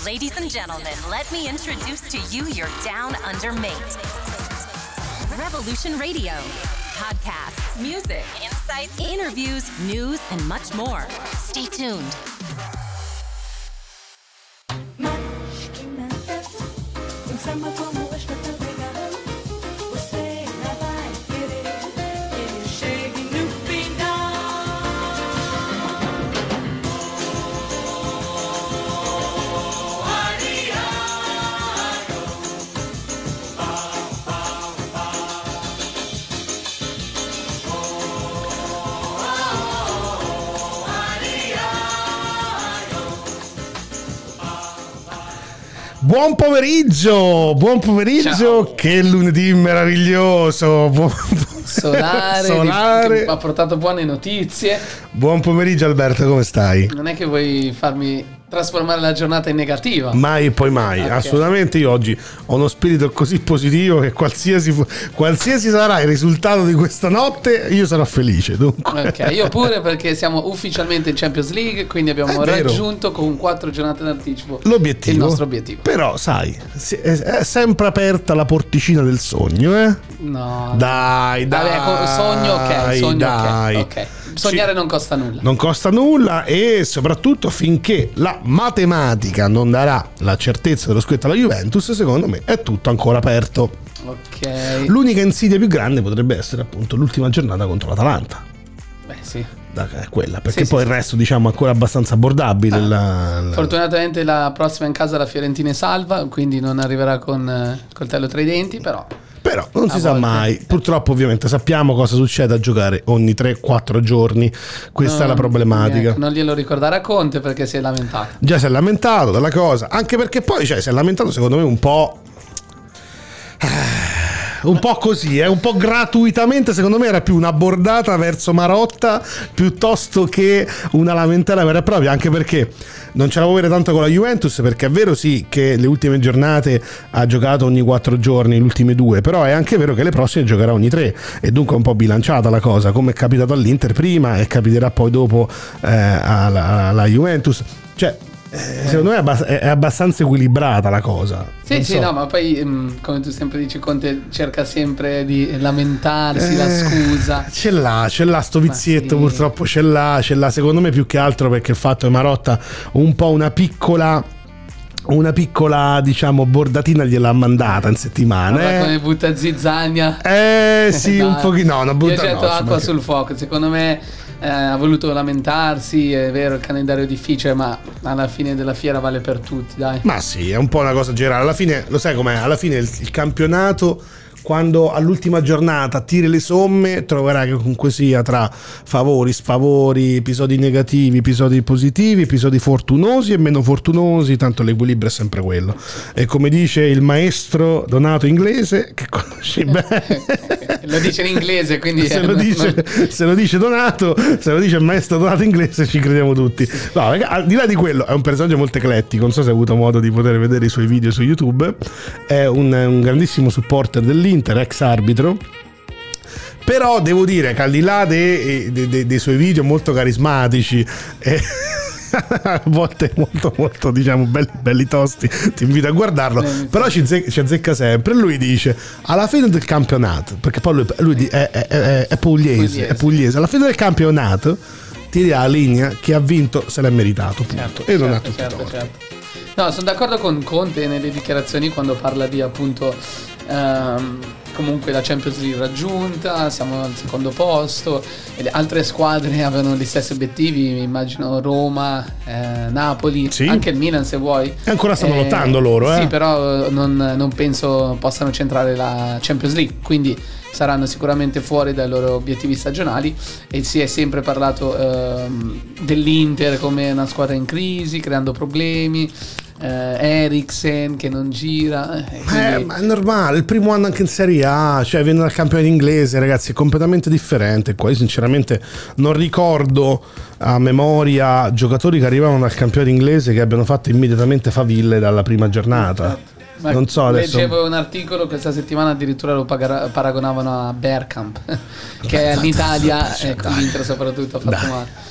Ladies and gentlemen, let me introduce to you your Down Under mate. Revolution Radio. Podcasts, music, insights, interviews, news, and much more. Stay tuned. Buon pomeriggio, ciao. Che lunedì meraviglioso, solare. Mi ha portato buone notizie. Buon pomeriggio Alberto, come stai? Non è che vuoi farmi trasformare la giornata in negativa? Mai e poi mai, okay. Assolutamente. Io oggi ho uno spirito così positivo che qualsiasi sarà il risultato di questa notte, io sarò felice. Dunque. Ok, io pure, perché siamo ufficialmente in Champions League, quindi abbiamo raggiunto con 4 giornate d'anticipo l'obiettivo, il nostro obiettivo. Però sai, è sempre aperta la porticina del sogno, eh? No. Dai. Sogno ok. Sognare non costa nulla. Non costa nulla, e soprattutto finché la matematica non darà la certezza dello scudetto alla Juventus, secondo me è tutto ancora aperto. Ok. L'unica insidia più grande potrebbe essere appunto l'ultima giornata contro l'Atalanta. Beh, sì. È quella, perché poi il resto diciamo ancora abbastanza abbordabile. Fortunatamente la prossima in casa la Fiorentina è salva, quindi non arriverà con coltello tra i denti, però non si sa mai. Purtroppo ovviamente sappiamo cosa succede a giocare ogni 3-4 giorni. Questa è la problematica. Non glielo ricordare a Conte, perché si è lamentato. Già si è lamentato della cosa, anche perché poi si è lamentato secondo me un po' così, un po' gratuitamente. Secondo me era più una bordata verso Marotta piuttosto che una lamentela vera e propria, anche perché non ce la può avere tanto con la Juventus, perché è vero sì che le ultime giornate ha giocato ogni 4 giorni, le ultime 2, però è anche vero che le prossime giocherà ogni 3, e dunque è un po' bilanciata la cosa, come è capitato all'Inter prima e capiterà poi dopo alla Juventus. Secondo me è abbastanza equilibrata la cosa. Sì, no, ma poi come tu sempre dici, Conte cerca sempre di lamentarsi, la scusa. Ce l'ha sto vizietto, sì. Purtroppo ce l'ha secondo me, più che altro perché il fatto che Marotta un po' una piccola diciamo bordatina gliel'ha mandata in settimana. Come butta zizzania. Sì, un pochino. Io ho getto acqua sul fuoco. Secondo me ha voluto lamentarsi. È vero, il calendario è difficile, ma alla fine della fiera vale per tutti, dai. Ma sì, è un po' una cosa generale. Alla fine, lo sai com'è? Alla fine il campionato, quando all'ultima giornata tiri le somme, troverai che comunque sia tra favori, sfavori, episodi negativi, episodi positivi, episodi fortunosi e meno fortunosi, tanto l'equilibrio è sempre quello. E come dice il maestro Donato Inglese, che conosci bene, lo dice in inglese, quindi se lo dice Donato, se lo dice il maestro Donato Inglese, ci crediamo tutti. No, al di là di quello, è un personaggio molto eclettico. Non so se hai avuto modo di poter vedere i suoi video su YouTube. È un grandissimo supporter dell'Inter, ex arbitro. Però devo dire che al di là dei suoi video molto carismatici, a volte molto diciamo belli tosti, ti invito a guardarlo, però ci azzecca sempre. Lui dice alla fine del campionato, perché poi lui è pugliese, alla fine del campionato ti dirà la linea: chi ha vinto se l'è meritato, punto. E non ha tutto torto. No, sono d'accordo con Conte nelle dichiarazioni quando parla di appunto comunque la Champions League raggiunta, siamo al secondo posto e le altre squadre avevano gli stessi obiettivi, immagino Roma, Napoli, sì. Anche il Milan se vuoi. E ancora stanno lottando loro. Sì, però non penso possano centrare la Champions League, quindi saranno sicuramente fuori dai loro obiettivi stagionali. E si è sempre parlato dell'Inter come una squadra in crisi, creando problemi. Eriksen che non gira, ma è normale, il primo anno anche in Serie A, cioè viene dal campionato inglese, ragazzi, è completamente differente qua. Io sinceramente non ricordo a memoria giocatori che arrivavano dal campionato inglese che abbiano fatto immediatamente faville dalla prima giornata. Ma non so, adesso leggevo un articolo questa settimana, addirittura lo paragonavano a Bergkamp che in Italia, l'Inter soprattutto ha fatto male.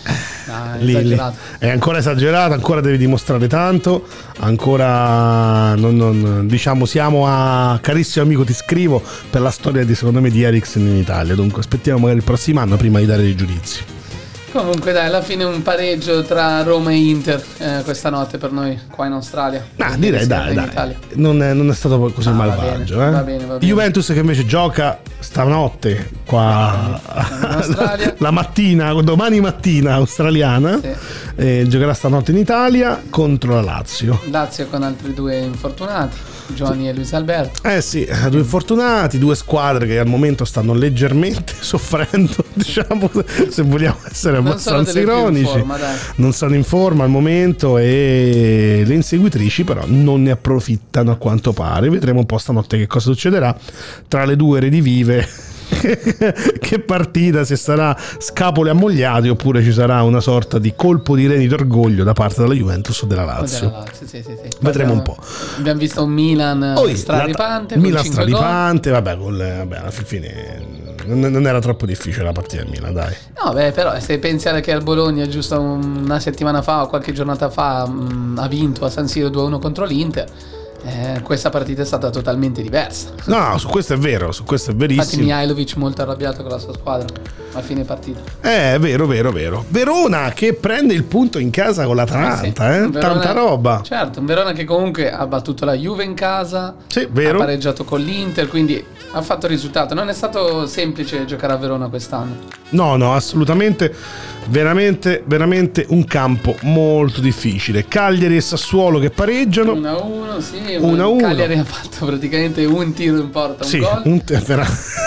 Esagerato. È ancora esagerato, ancora devi dimostrare tanto, ancora diciamo siamo a carissimo amico ti scrivo per la storia secondo me di Eriksen in Italia, dunque aspettiamo magari il prossimo anno prima di dare dei giudizi. Comunque dai, alla fine un pareggio tra Roma e Inter questa notte per noi qua in Australia. Direi dai. Non è stato così malvagio. Va bene. Juventus che invece gioca stanotte qua in Australia. la mattina, domani mattina australiana, giocherà stanotte in Italia contro la Lazio con altri due infortunati, Giovanni e Luis Alberto. Sì, due infortunati, due squadre che al momento stanno leggermente soffrendo, diciamo, se vogliamo essere abbastanza ironici. Non sono in forma al momento e le inseguitrici però non ne approfittano a quanto pare. Vedremo un po' stanotte che cosa succederà tra le due redivive. Che partita, se sarà scapoli ammogliati oppure ci sarà una sorta di colpo di reni d'orgoglio da parte della Juventus o della Lazio. Sì. Vedremo un po'. Abbiamo visto un Milan straripante, vabbè, alla fine non era troppo difficile la partita del Milan, dai. No, però se pensi che al Bologna giusto una settimana fa o qualche giornata fa ha vinto a San Siro 2-1 contro l'Inter, questa partita è stata totalmente diversa. No, su questo è vero, su questo è verissimo. Infatti Mihajlovic molto arrabbiato con la sua squadra a fine partita. Vero. Verona che prende il punto in casa con l'Atalanta, Verona, tanta roba. Certo, un Verona che comunque ha battuto la Juve in casa, vero. Ha pareggiato con l'Inter, quindi ha fatto il risultato. Non è stato semplice giocare a Verona quest'anno. No, assolutamente. Veramente un campo molto difficile. Cagliari e Sassuolo che pareggiano 1-1, sì. 1-1. Cagliari ha fatto praticamente un tiro in porta, un gol.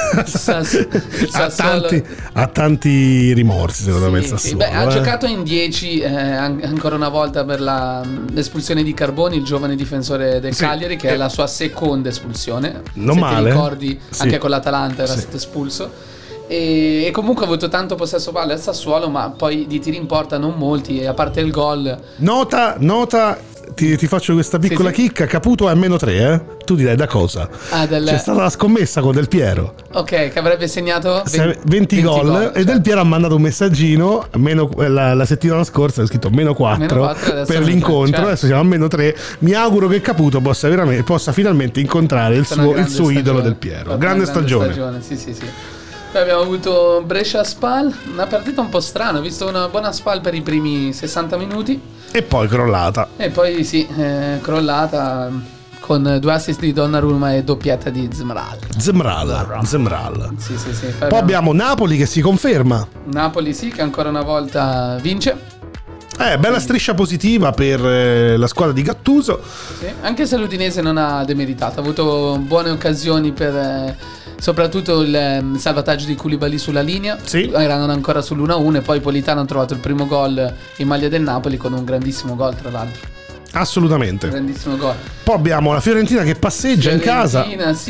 Ha tanti rimorsi secondo me il Sassuolo. Ha giocato in 10 ancora una volta per l'espulsione di Carboni, il giovane difensore del Cagliari, che è la sua seconda espulsione. Non se male. ti ricordi, anche con l'Atalanta era stato espulso. E comunque ha avuto tanto possesso palla al Sassuolo, ma poi di tiri in porta non molti, a parte il gol. Nota, ti faccio questa piccola chicca. Caputo è a -3, tu direi da cosa? C'è stata la scommessa con Del Piero, che avrebbe segnato 20 gol e Del Piero ha mandato un messaggino la settimana scorsa, ha scritto -4 per l'incontro, adesso siamo a -3. Mi auguro che Caputo possa finalmente incontrare il suo idolo Del Piero. Grande stagione. Sì. Poi abbiamo avuto Brescia-Spal, una partita un po' strana, ho visto una buona Spal per i primi 60 minuti. E poi crollata. Crollata con 2 assist di Donnarumma e doppietta di Zemral. Sì. Poi abbiamo Napoli che si conferma. Napoli che ancora una volta vince. Bella striscia positiva per la squadra di Gattuso. Sì, anche se l'Udinese non ha demeritato, ha avuto buone occasioni per... soprattutto il salvataggio di Koulibaly sulla linea, erano ancora sull'1-1 e poi Politano ha trovato il primo gol in maglia del Napoli con un grandissimo gol, tra l'altro. Assolutamente. Grandissimo gol. Poi abbiamo la Fiorentina che passeggia in casa.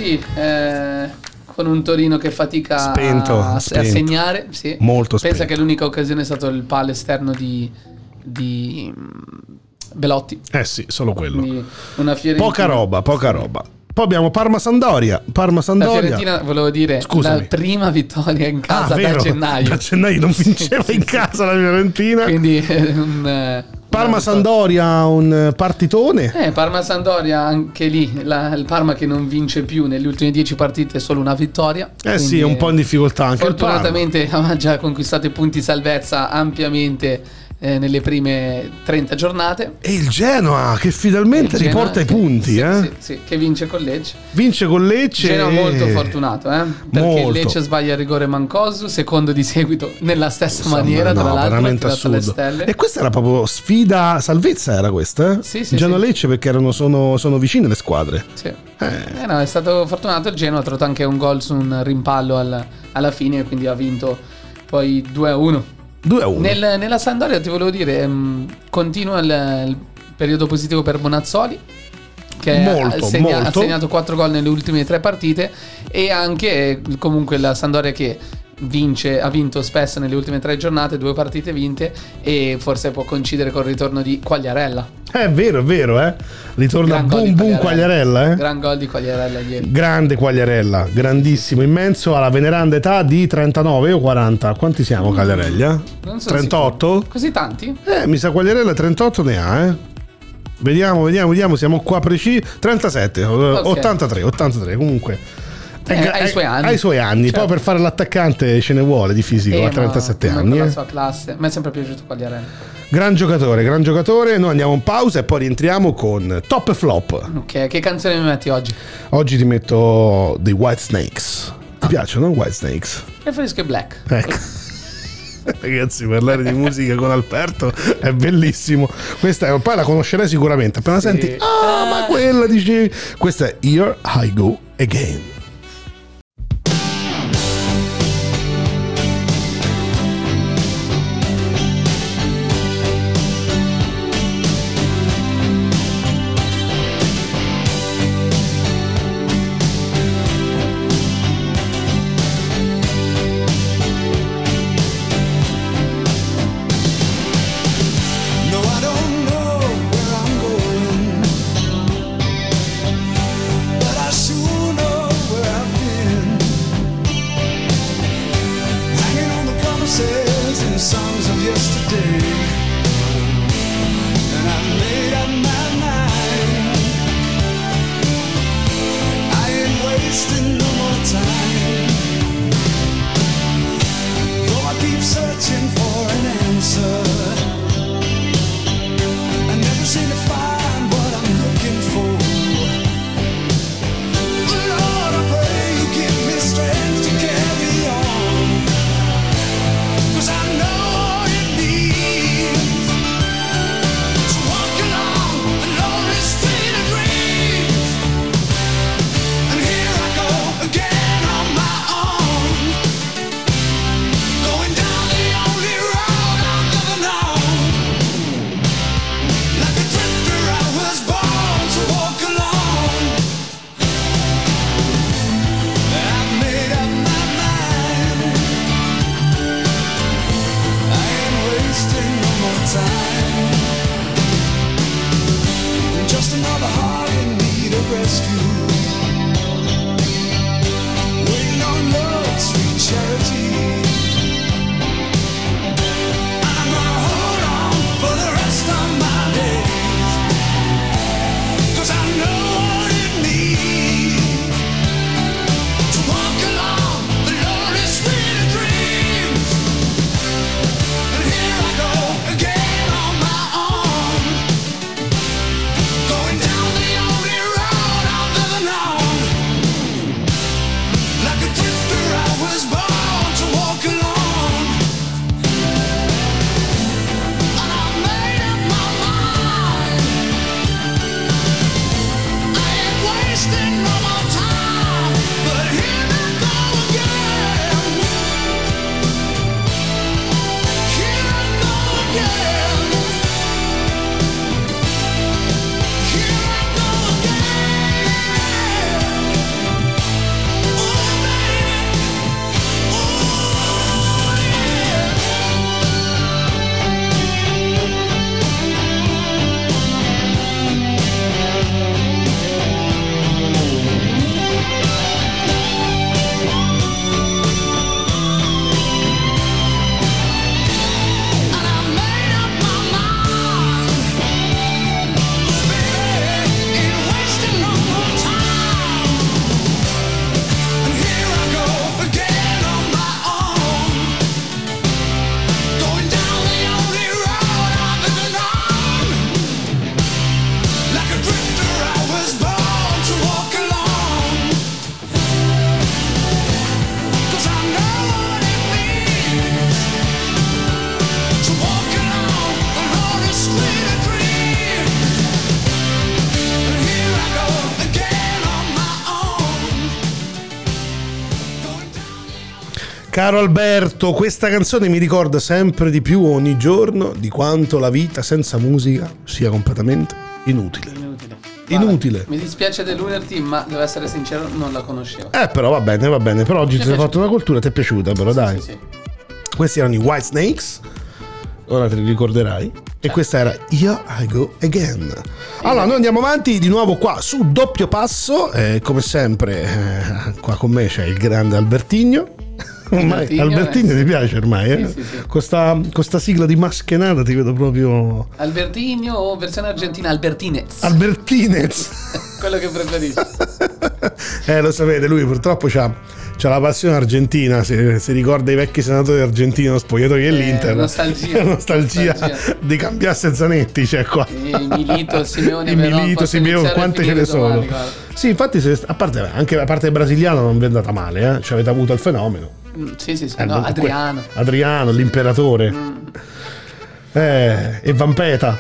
Con un Torino che fatica spento. A segnare. Sì. Molto spento. Pensa che l'unica occasione è stato il palo esterno di Belotti. Solo quello. Una Fiorentina. Poca roba. Poi abbiamo Parma-Sandoria. La Fiorentina, volevo dire, scusami, la prima vittoria in casa da gennaio. Da gennaio non vinceva in casa la Fiorentina. Quindi Parma-Sandoria un partitone. Parma-Sandoria anche lì il Parma che non vince più nelle ultime 10 partite, solo una vittoria. Sì, è un po' in difficoltà anche fortunatamente ha già conquistato i punti salvezza ampiamente nelle prime 30 giornate. E il Genoa che finalmente riporta i punti. Sì, che vince con Lecce. Genoa molto fortunato, perché il Lecce sbaglia il rigore Mancosu, secondo di seguito nella stessa maniera, tra l'altro veramente assurdo. E questa era proprio sfida salvezza, era questa? Sì. Genoa-Lecce, perché sono vicine le squadre. È stato fortunato il Genoa, ha trovato anche un gol su un rimpallo alla fine, quindi ha vinto poi 2-1. Nella Sampdoria ti volevo dire, continua il periodo positivo per Bonazzoli, che ha segnato 4 gol nelle ultime 3 partite, e anche comunque la Sampdoria che ha vinto spesso nelle ultime 3 giornate, 2 partite vinte, e forse può coincidere col ritorno di Quagliarella. È vero, ritorna boom Quagliarella, Gran gol di Quagliarella ieri. Grande Quagliarella, grandissimo, immenso, alla veneranda età di 39 o 40. Quanti siamo Quagliarelli? Non so 38? sicuro. Così tanti? Mi sa Quagliarella 38 ne ha, Vediamo, siamo qua precisi. 37, okay. 83 comunque. Ai suoi anni. Certo. Poi per fare l'attaccante ce ne vuole di fisico a 37 anni. La sua classe. A me è sempre piaciuto Quagliarella. Gran giocatore. Noi andiamo in pausa e poi rientriamo con Top e Flop. Ok, che canzone mi metti oggi? Oggi ti metto The Whitesnakes. Ti piacciono Whitesnakes? Preferisco i Black. Ecco. Ragazzi, parlare di musica con Alberto è bellissimo. Questa poi la conoscerai sicuramente. Appena senti, ma quella dici. Questa è Here I Go Again. Caro Alberto, questa canzone mi ricorda sempre di più ogni giorno di quanto la vita senza musica sia completamente inutile. inutile. Mi dispiace dell'Uner-Team, ma devo essere sincero, non la conoscevo. Però va bene. Però oggi ti sei fatto una cultura, ti è piaciuta, però dai. Sì. Questi erano i White Snakes. Ora te li ricorderai. E questa era Here I Go Again. Allora, noi andiamo avanti di nuovo qua su doppio passo. Come sempre, qua con me c'è il grande Albertigno. Albertigno ti piace ormai, eh? Sì. Con sta sigla di maschenata ti vedo proprio. Albertigno o versione argentina Albertinez. Quello che preferisci. Lo sapete, lui purtroppo c'ha la passione argentina, si ricorda i vecchi senatori argentini nello spogliatoio dell'Inter. Nostalgia di cambiasse Zanetti, c'è qua. Milito, Simeone, quante ce ne sono. Sì, infatti a parte il brasiliano non vi è andata male, ci avete avuto il fenomeno. Sì. No, Adriano, l'imperatore. E Vampeta.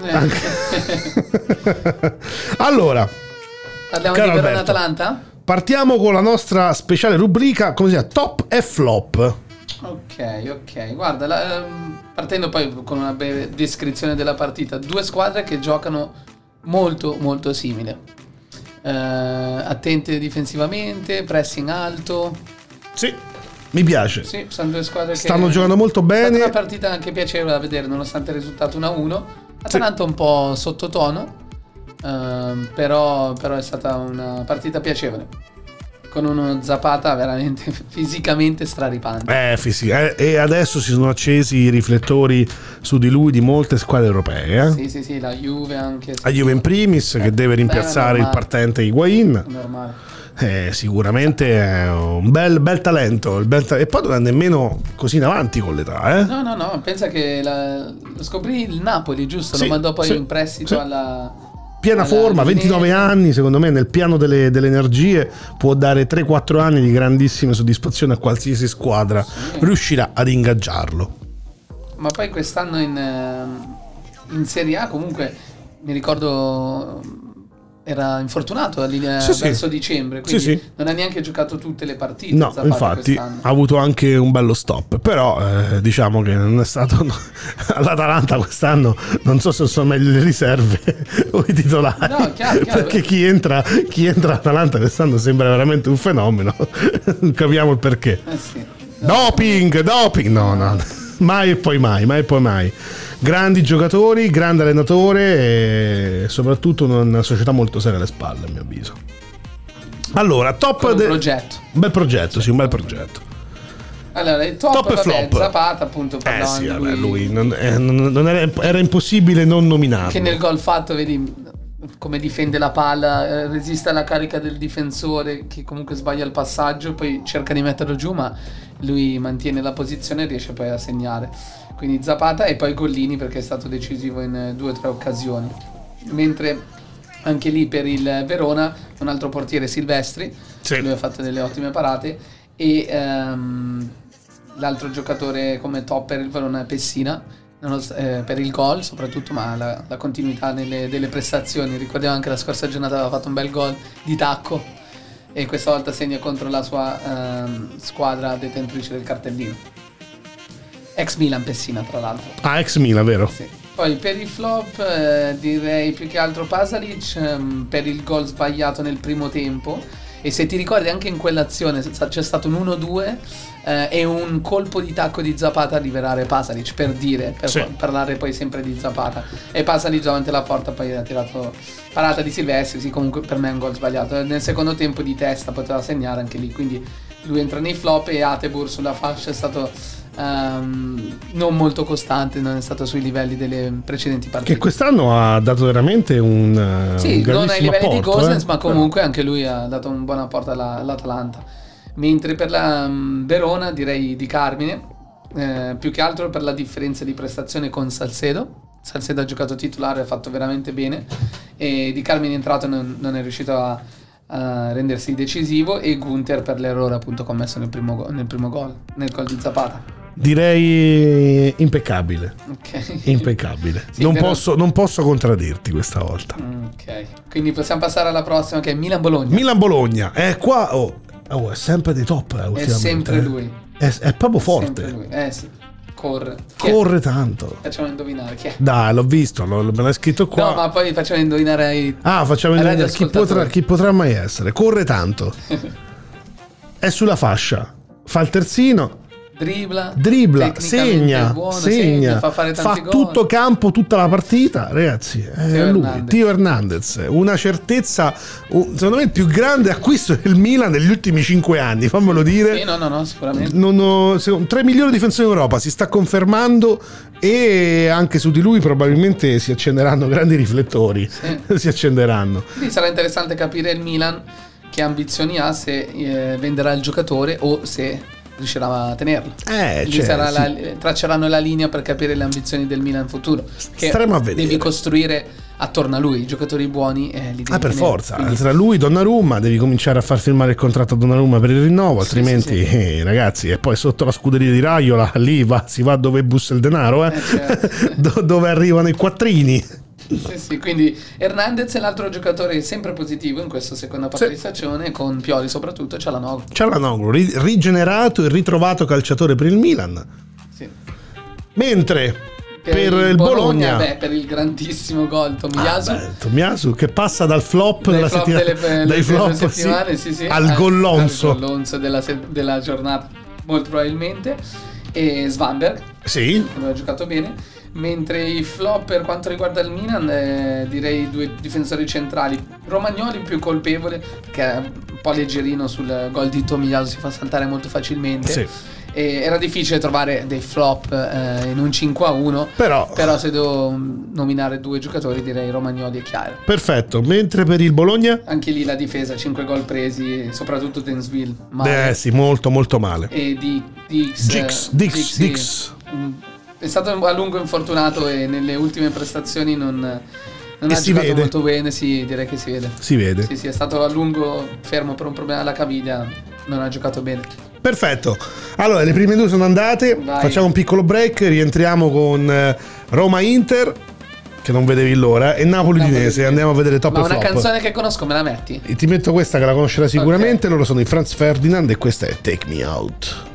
Allora, parliamo di Verona-Atalanta? Partiamo con la nostra speciale rubrica, come si chiama? Top e flop. Ok. Guarda, partendo poi con una breve descrizione della partita, due squadre che giocano molto molto simile. Attente difensivamente, pressing alto. Sì, mi piace. Sì, sono due squadre stanno giocando molto bene. È stata una partita anche piacevole da vedere, nonostante il risultato 1-1. Atalanta un po' sottotono. Però è stata una partita piacevole, con uno Zapata veramente fisicamente straripante. E adesso si sono accesi i riflettori su di lui di molte squadre europee. Sì, la Juve anche. La Juve in primis, che deve rimpiazzare il partente Higuain. Normale. Sicuramente è un bel talento, e poi non è nemmeno così in avanti con l'età. No, pensa che lo scoprì il Napoli, giusto? Lo mandò poi in prestito alla piena forma, 29 anni, secondo me nel piano delle energie può dare 3-4 anni di grandissime soddisfazioni a qualsiasi squadra riuscirà ad ingaggiarlo. Ma poi quest'anno in Serie A comunque mi ricordo era infortunato verso dicembre, quindi non ha neanche giocato tutte le partite. No, infatti ha avuto anche un bello stop, però diciamo che non è stato all'Atalanta quest'anno, non so se sono meglio le riserve o i titolari. No, chiaro. Perché chi entra all'Atalanta quest'anno sembra veramente un fenomeno. Non capiamo il perché. Doping, no. Mai e poi mai. Grandi giocatori, grande allenatore e soprattutto una società molto seria alle spalle, a mio avviso. Allora, top progetto. Un bel progetto. Allora, il top e flop. Zapata, appunto, lui non era impossibile non nominarlo. Che nel gol fatto, vedi come difende la palla, resiste alla carica del difensore che comunque sbaglia il passaggio, poi cerca di metterlo giù, ma lui mantiene la posizione e riesce poi a segnare. Quindi Zapata, e poi Gollini perché è stato decisivo in 2 o 3 occasioni. Mentre anche lì per il Verona un altro portiere, Silvestri, lui ha fatto delle ottime parate, e l'altro giocatore come top per il Verona è Pessina, per il gol soprattutto, ma la continuità delle prestazioni. Ricordiamo anche la scorsa giornata aveva fatto un bel gol di tacco e questa volta segna contro la sua squadra detentrice del cartellino. Ex Milan Pessina, tra l'altro. Ex Milan, vero? Sì. Poi per i flop direi più che altro Pasalic, per il gol sbagliato nel primo tempo. E se ti ricordi anche in quell'azione c'è stato un 1-2 e un colpo di tacco di Zapata a liberare Pasalic, per parlare poi sempre di Zapata, e Pasalic davanti alla porta poi ha tirato parata di Silvestri. Sì, comunque per me è un gol sbagliato. Nel secondo tempo di testa poteva segnare anche lì, quindi lui entra nei flop. E Atebur sulla fascia è stato non molto costante, non è stato sui livelli delle precedenti partite, che quest'anno ha dato veramente un non ai livelli apporto, di Gosens, ma comunque anche lui ha dato un buon apporto all'Atalanta. Mentre per la Verona direi Di Carmine, più che altro per la differenza di prestazione con Salcedo ha giocato titolare, ha fatto veramente bene, e Di Carmine è entrato e non è riuscito a rendersi decisivo, e Gunther per l'errore appunto commesso nel primo gol, nel gol di Zapata. Direi impeccabile. Impeccabile. Sì, non posso contraddirti questa volta. Ok, quindi possiamo passare alla prossima, che è Milan-Bologna. Qua è sempre dei top è sempre lui, è proprio forte. Sempre lui. Sì. corre. Chi è? Corre tanto. Facciamo indovinare chi è. Dai, l'ho visto, me l'hai scritto qua. No, ma poi facciamo indovinare ai... Facciamo ai indovinare radioascoltatori. chi potrà mai essere. Corre tanto. È sulla fascia. Fa il terzino. Dribbla, Dribbla, tecnicamente buono, segna, fa fare tanti gol. tutto campo tutta la partita, ragazzi. È lui, Theo Hernandez. Una certezza, secondo me il più grande acquisto del Milan negli ultimi 5 anni, fammelo dire. Sì, no, sicuramente. 3 migliori difensori in Europa, si sta confermando, e anche su di lui probabilmente si accenderanno grandi riflettori. Sì. Si accenderanno. Quindi sarà interessante capire il Milan che ambizioni ha, se venderà il giocatore o se riuscirà a tenerlo. Tracceranno la linea per capire le ambizioni del Milan futuro, che staremo a vedere. Devi costruire attorno a lui i giocatori buoni, li devi per tenere. forza. Quindi... Tra lui Donnarumma, devi cominciare a far firmare il contratto a Donnarumma per il rinnovo, altrimenti sì. Ragazzi, e poi sotto la scuderia di Raiola lì si va dove bussa il denaro, certo. Dove arrivano i quattrini. Sì, quindi Hernandez è l'altro giocatore sempre positivo in questa seconda parte di stagione, con Pioli soprattutto. Cialanoglu, rigenerato e ritrovato calciatore per il Milan. Sì. Mentre per il Bologna, per il grandissimo gol Tomiyasu che passa dal flop della settimana, sì, al gollonzo. Al gollonzo della giornata, molto probabilmente. E Svanberg, sì, non ha giocato bene. Mentre i flop per quanto riguarda il Milan, direi 2 difensori centrali. Romagnoli più colpevole, perché è un po' leggerino sul gol di Tomiyasu, si fa saltare molto facilmente. Sì. E era difficile trovare dei flop in un 5-1, però se devo nominare 2 giocatori direi Romagnoli e Chiaro. Perfetto. Mentre per il Bologna, anche lì la difesa, 5 gol presi, soprattutto Densville male. Sì, molto molto male. E Dix è stato a lungo infortunato e nelle ultime prestazioni non ha giocato molto bene. Sì, direi che si vede. Sì, è stato a lungo fermo per un problema alla caviglia, non ha giocato bene. Perfetto. Allora, le prime 2 sono andate. Vai. Facciamo un piccolo break, rientriamo con Roma-Inter, che non vedevi l'ora, e Napoli-Udinese. Andiamo a vedere top e flop. Ma una canzone che conosco, me la metti? E ti metto questa che la conoscerai sicuramente. Loro sono i Franz Ferdinand e questa è Take Me Out.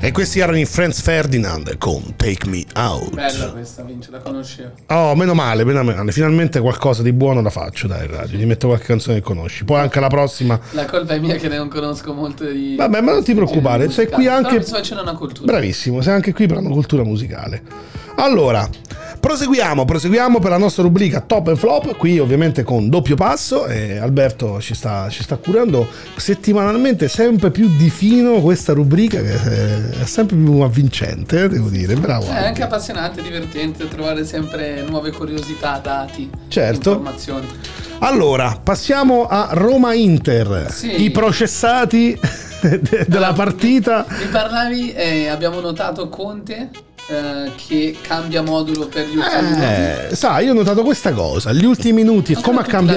E questi erano i Franz Ferdinand con Take Me Out. Bella questa, Vince, la conoscevo. Oh, meno male, finalmente qualcosa di buono la faccio, dai, radio, ti metto qualche canzone che conosci. Poi anche la prossima. La colpa è mia che non conosco molto di... Vabbè, ma non ti preoccupare, sei qui anche... Però mi sto facendo una cultura. Bravissimo, sei anche qui per una cultura musicale. Allora, proseguiamo per la nostra rubrica Top and Flop, qui ovviamente con doppio passo, e Alberto ci sta curando settimanalmente sempre più di fino questa rubrica che è sempre più avvincente, devo dire, bravo. È anche appassionante, divertente trovare sempre nuove curiosità, dati, certo, informazioni. Allora, passiamo a Roma-Inter, sì. I processati della partita. Mi parlavi, abbiamo notato Conte che cambia modulo per gli ultimi minuti. Sai, io ho notato questa cosa, gli ultimi minuti, come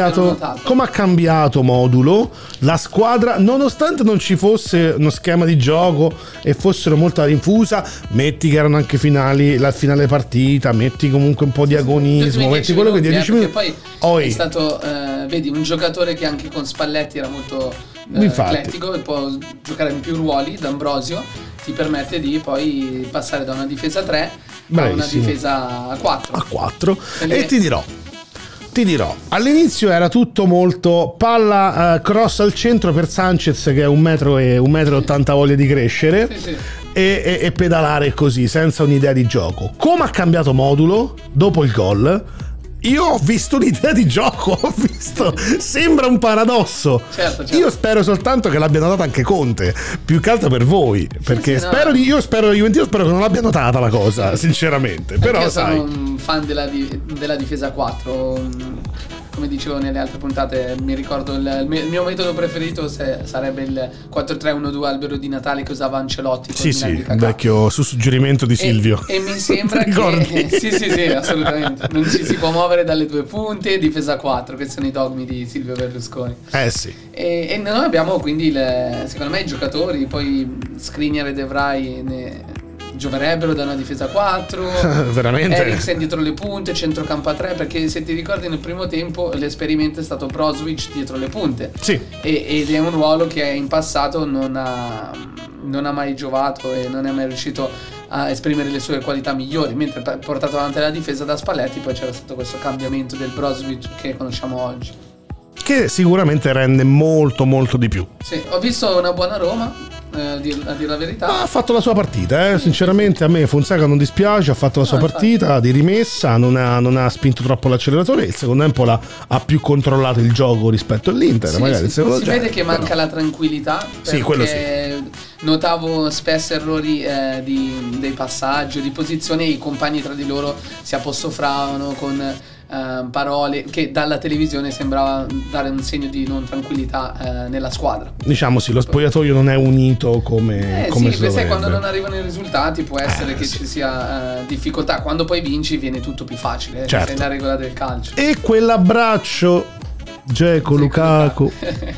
ha cambiato modulo la squadra, nonostante non ci fosse uno schema di gioco e fossero molto alla rinfusa. Metti che erano anche la finale partita, metti comunque un po' di agonismo, metti quello che 10 minuti. Poi è stato, vedi, un giocatore che anche con Spalletti era molto eclettico e può giocare in più ruoli. D'Ambrosio ti permette di poi passare da una difesa 3 a una difesa a 4. A 4. E ti dirò, all'inizio era tutto molto palla cross al centro per Sanchez che è 1,80 m voglia di crescere, sì. E pedalare così senza un'idea di gioco. Come ha cambiato modulo dopo il gol? Io ho visto un'idea di gioco, sembra un paradosso. Certo. Io spero soltanto che l'abbiano data anche Conte, più che altro per voi, perché io spero che non l'abbia notata la cosa, sinceramente. Però io sai, sono un fan della difesa 4. Come dicevo nelle altre puntate, mi ricordo il mio metodo preferito sarebbe il 4-3-1-2 albero di Natale che usava Ancelotti. Sì, vecchio su suggerimento di Silvio. E mi sembra che sì, assolutamente. Non ci si può muovere dalle due punte, difesa 4, che sono i dogmi di Silvio Berlusconi. Sì. E noi abbiamo quindi secondo me i giocatori, poi Skriniar e De Vrij gioverebbero da una difesa 4. Veramente. Eriksen dietro le punte, centrocampo a 3, perché se ti ricordi nel primo tempo l'esperimento è stato Brozovic dietro le punte. Sì. Ed è un ruolo che in passato non ha mai giovato e non è mai riuscito a esprimere le sue qualità migliori, mentre portato avanti la difesa da Spalletti poi c'era stato questo cambiamento del Brozovic che conosciamo oggi, che sicuramente rende molto molto di più. Sì, ho visto una buona Roma, a dire la verità. Ha fatto la sua partita, sinceramente a me Fonseca non dispiace, ha fatto la sua partita di rimessa, non ha spinto troppo l'acceleratore, il secondo tempo ha più controllato il gioco rispetto all'Inter, magari si vede che manca la tranquillità, perché quello sì. Notavo spesso errori dei passaggi, di posizione, e i compagni tra di loro si apostrofavano con parole che dalla televisione sembrava dare un segno di non tranquillità nella squadra. Diciamo sì, lo spogliatoio non è unito come sai, quando non arrivano i risultati può essere che ci sia difficoltà, quando poi vinci viene tutto più facile, certo. È la regola del calcio. E quell'abbraccio Dzeko, Lukaku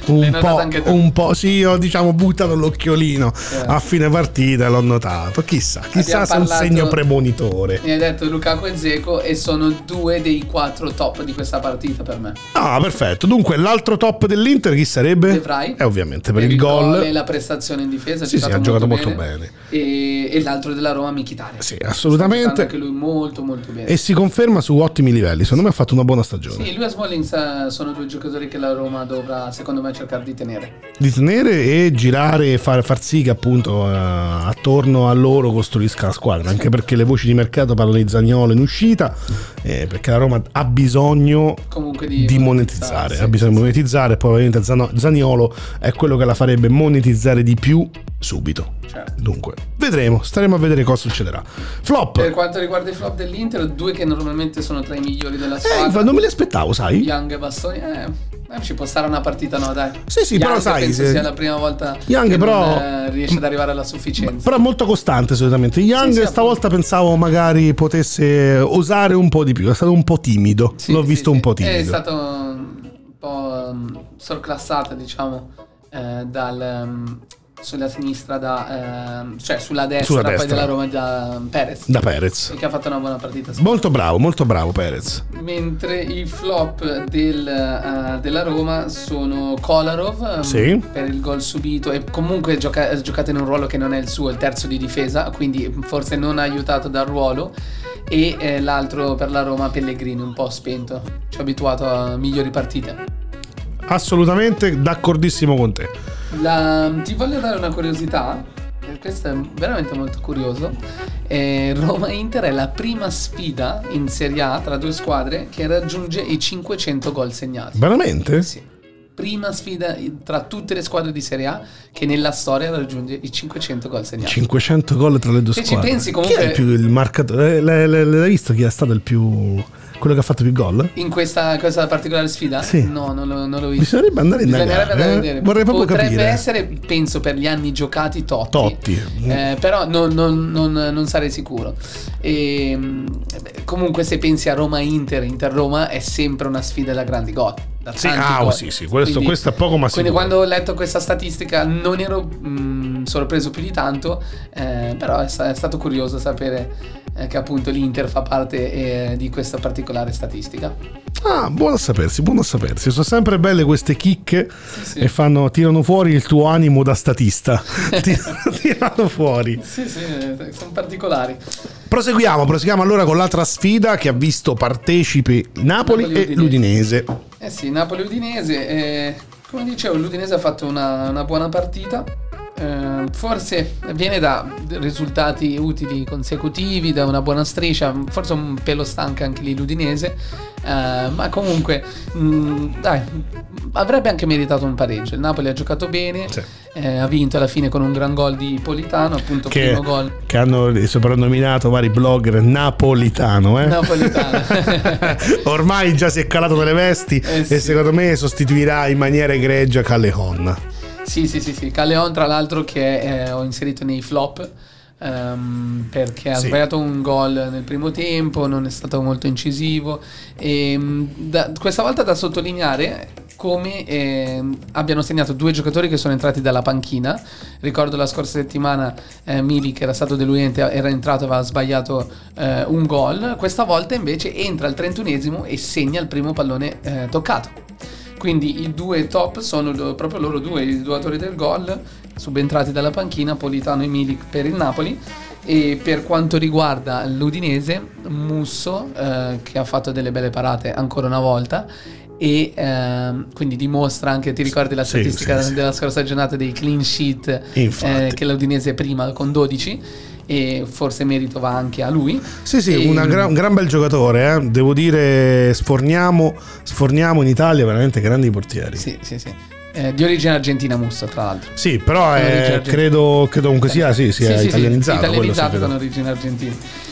un po' sì, io diciamo buttato l'occhiolino a fine partita e l'ho notato, chissà se è un segno premonitore. Mi hai detto Lukaku e Dzeko e sono 2 dei 4 top di questa partita per me. Perfetto. Dunque l'altro top dell'Inter chi sarebbe? De Vrij, ovviamente per il gol e la prestazione in difesa. Ha giocato molto bene. E l'altro della Roma Mkhitaryan. Sì, assolutamente, anche lui molto molto bene e si conferma su ottimi livelli, secondo me ha fatto una buona stagione. Sì, lui e Smalling sono 2 giocatori che la Roma dovrà secondo me cercare di tenere e girare e far sì che appunto attorno a loro costruisca la squadra, anche perché le voci di mercato parlano di Zaniolo in uscita, perché la Roma ha bisogno comunque di monetizzare, ha bisogno di monetizzare, e poi ovviamente Zaniolo è quello che la farebbe monetizzare di più subito. Certo. Dunque vedremo, staremo a vedere cosa succederà. Flop per quanto riguarda i flop dell'Inter, 2 che normalmente sono tra i migliori della squadra, non me li aspettavo, sai, Young e Bastoni. Ci può stare una partita, no dai. Sì, Young, però sai, penso sia la prima volta Young che però non riesce ad arrivare alla sufficienza. Però è molto costante solitamente. Young stavolta pensavo magari potesse osare un po' di più, è stato un po' timido. L'ho visto un po' timido. È stato un po' sorclassato, diciamo, sulla sinistra cioè sulla destra poi della Roma da Perez. Che ha fatto una buona partita. Molto bravo Perez. Mentre i flop della Roma sono Kolarov, per il gol subito, e comunque giocate in un ruolo che non è il suo, il terzo di difesa, quindi forse non ha aiutato dal ruolo. E l'altro per la Roma, Pellegrini, un po' spento, ci ha abituato a migliori partite. Assolutamente d'accordissimo con te. Ti voglio dare una curiosità, questo è veramente molto curioso. Roma-Inter è la prima sfida in Serie A tra due squadre che raggiunge i 500 gol segnati. Veramente? Sì. Prima sfida tra tutte le squadre di Serie A che nella storia raggiunge i 500 gol segnati. 500 gol tra le due squadre. Se ci pensi, comunque, chi è il marcatore? L'hai visto chi è stato il più... quello che ha fatto più gol? In questa particolare sfida? Sì. No, non l'ho visto. Bisognerebbe andare in vedere. Vorrei proprio Potrebbe capire. Essere, penso, per gli anni giocati Totti. Però non sarei sicuro. Comunque, se pensi a Roma-Inter, Inter-Roma è sempre una sfida da grandi gol. Sì, questo è poco ma sicuro. Quindi quando ho letto questa statistica non ero sorpreso più di tanto, però è stato curioso sapere che appunto l'Inter fa parte di questa particolare statistica. Buono a sapersi. Sono sempre belle queste chicche, sì. E tirano fuori il tuo animo da statista. tirano fuori. Sì, sono particolari. Proseguiamo allora con l'altra sfida che ha visto partecipi Napoli e l'Udinese. Sì, Napoli-Udinese. Come dicevo, l'Udinese ha fatto una buona partita. Forse viene da risultati utili consecutivi, da una buona striscia, forse un pelo stanca anche lì l'Udinese, ma comunque dai, avrebbe anche meritato un pareggio. Il Napoli ha giocato bene, sì. Ha vinto alla fine con un gran gol di Politano, appunto primo gol che hanno soprannominato vari blogger Napolitano. Ormai già si è calato delle vesti, e secondo me sostituirà in maniera egregia Callejon. Sì, Callejon, tra l'altro, che ho inserito nei flop, perché ha sbagliato un gol nel primo tempo, non è stato molto incisivo, e questa volta da sottolineare come abbiano segnato due giocatori che sono entrati dalla panchina. Ricordo la scorsa settimana Milik era stato deludente, era entrato e aveva sbagliato un gol. Questa volta invece entra al 31esimo e segna il primo pallone toccato. Quindi i due top sono proprio loro due, i due autori del gol, subentrati dalla panchina, Politano e Milik per il Napoli. E per quanto riguarda l'Udinese, Musso, che ha fatto delle belle parate ancora una volta, e quindi dimostra anche, ti ricordi la statistica della scorsa giornata dei clean sheet, che l'Udinese è prima con 12, e forse merito va anche a lui. Un gran bel giocatore, devo dire. Sforniamo in Italia veramente grandi portieri. Sì. Di origine argentina Musso, tra l'altro. Sì, però credo comunque sia italianizzato. Italianizzato con origine argentina.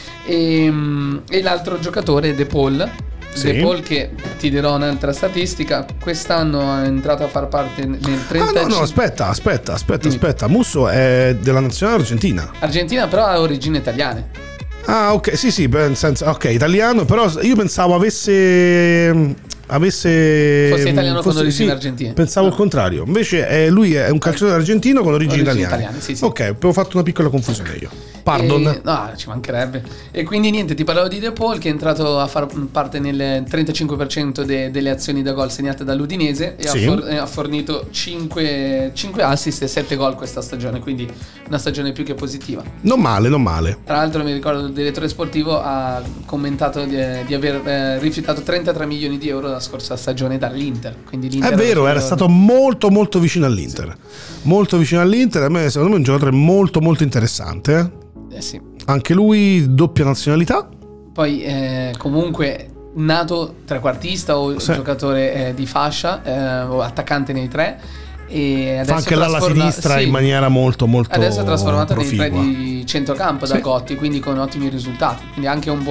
E l'altro giocatore è De Paul. De Paul, che ti dirò un'altra statistica, quest'anno è entrato a far parte nel 35. Aspetta, Musso è della nazionale argentina, però ha origini italiane. Ok, sì, nel senso, ok, italiano, però io pensavo fosse italiano con origini argentine. Pensavo il contrario. Invece lui è un calciatore argentino con origini italiane. Sì. Ok, avevo fatto una piccola confusione io. Pardon. No, ci mancherebbe. E quindi niente, ti parlavo di De Paul, che è entrato a far parte nel 35% delle azioni da gol segnate dall'Udinese, e ha fornito 5 assist e 7 gol questa stagione, quindi una stagione più che positiva. Non male. Tra l'altro mi ricordo il direttore sportivo ha commentato di aver rifiutato 33 milioni di euro la scorsa stagione dall'Inter. Quindi l'Inter è vero, era stato molto molto vicino all'Inter. Molto vicino all'Inter. Secondo me è un giocatore molto molto interessante. Sì. Anche lui doppia nazionalità. Poi comunque nato trequartista o giocatore di fascia, o attaccante nei tre, e adesso fa anche l'ala sinistra in maniera molto molto adesso è trasformato profigua. nei tre di centrocampo da Gotti, quindi con ottimi risultati, quindi anche un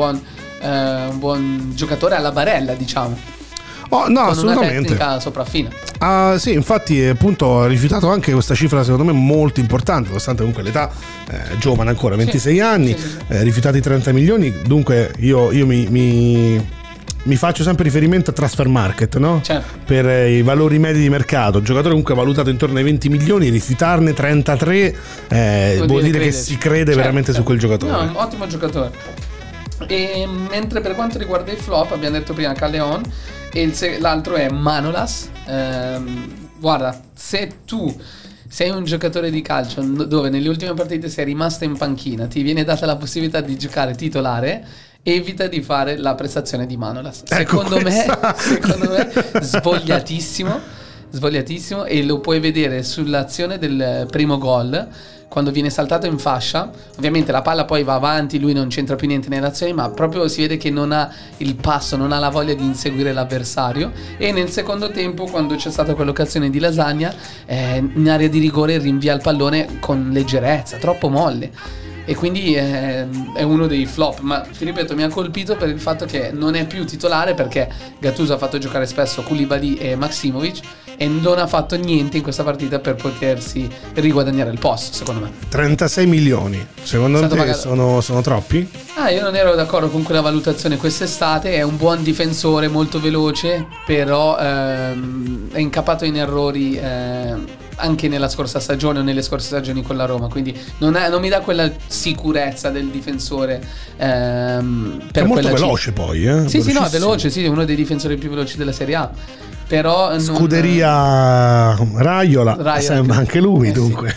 buon giocatore alla Barella, diciamo. No, con assolutamente. Una tecnica sopraffina. Sì, infatti appunto ha rifiutato anche questa cifra secondo me molto importante, nonostante comunque l'età giovane ancora, 26 anni, rifiutati 30 milioni, dunque io mi mi faccio sempre riferimento a Transfer Market, no? Certo. Per i valori medi di mercato. Il giocatore comunque valutato intorno ai 20 milioni, rifiutarne 33 vuol dire che si crede veramente su quel giocatore. No, un ottimo giocatore. E mentre per quanto riguarda i flop, abbiamo detto prima Callejon e l'altro è Manolas. Guarda, se tu sei un giocatore di calcio dove nelle ultime partite sei rimasto in panchina, ti viene data la possibilità di giocare titolare, evita di fare la prestazione di Manolas. Secondo me svogliatissimo, e lo puoi vedere sull'azione del primo gol, quando viene saltato in fascia. Ovviamente la palla poi va avanti, lui non c'entra più niente nell'azione, ma proprio si vede che non ha il passo, non ha la voglia di inseguire l'avversario. E nel secondo tempo, quando c'è stata quell'occasione di Lasagna, in area di rigore rinvia il pallone con leggerezza, troppo molle. E quindi è uno dei flop, ma ti ripeto, mi ha colpito per il fatto che non è più titolare, perché Gattuso ha fatto giocare spesso Koulibaly e Maksimovic e non ha fatto niente in questa partita per potersi riguadagnare il posto, secondo me. 36 milioni, secondo te sono troppi? Io non ero d'accordo con quella valutazione quest'estate. È un buon difensore, molto veloce, però è incappato in errori anche nella scorsa stagione o nelle scorse stagioni con la Roma, quindi non mi dà quella sicurezza del difensore è molto veloce poi, sì, no, è veloce, sì, è uno dei difensori più veloci della Serie A. Però Scuderia Raiola sembra anche lui, dunque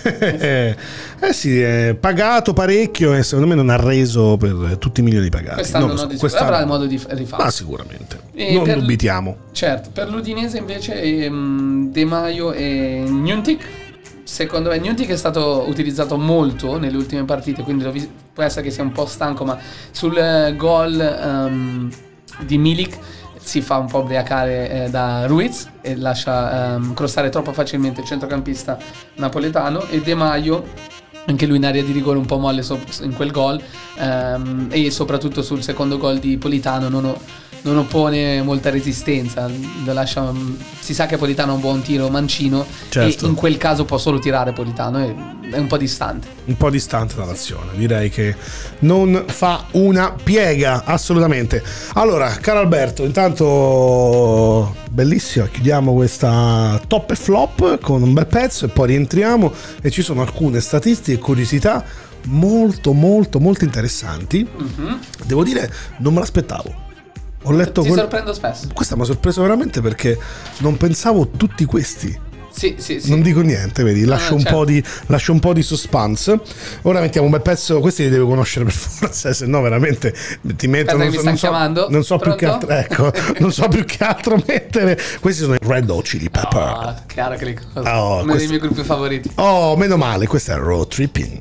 sì, è pagato parecchio e secondo me non ha reso per tutti i milioni pagati. Quest'anno avrà il modo di rifarlo, ma sicuramente non dubitiamo. Certo, per l'Udinese invece De Maio e Gnontic. Secondo me Gnontic è stato utilizzato molto nelle ultime partite, quindi può essere che sia un po' stanco, ma sul gol di Milik si fa un po' ubriacare da Ruiz e lascia crossare troppo facilmente il centrocampista napoletano. E De Maio, anche lui in area di rigore un po' molle in quel gol, e soprattutto sul secondo gol di Politano non oppone molta resistenza, si sa che Politano ha un buon tiro mancino, certo. E in quel caso può solo tirare Politano, è un po' distante dall'azione, direi che non fa una piega assolutamente. Allora, caro Alberto, intanto bellissimo, chiudiamo questa top e flop con un bel pezzo e poi rientriamo e ci sono alcune statistiche e curiosità molto molto molto interessanti. Devo dire, non me l'aspettavo. Ho letto Ti sorprendo spesso. Questa mi ha sorpreso veramente, perché non pensavo tutti questi. Sì. Non dico niente, vedi, lascio un po' di suspense. Ora mettiamo un bel pezzo, questi li devo conoscere per forza, se no veramente ti metto. Non so più che altro, ecco, non so più che altro mettere. Questi sono i Red Hot Chili Pepper. Chiaro che li conosco. Uno dei miei gruppi favoriti. Meno male, questo è Road Tripping.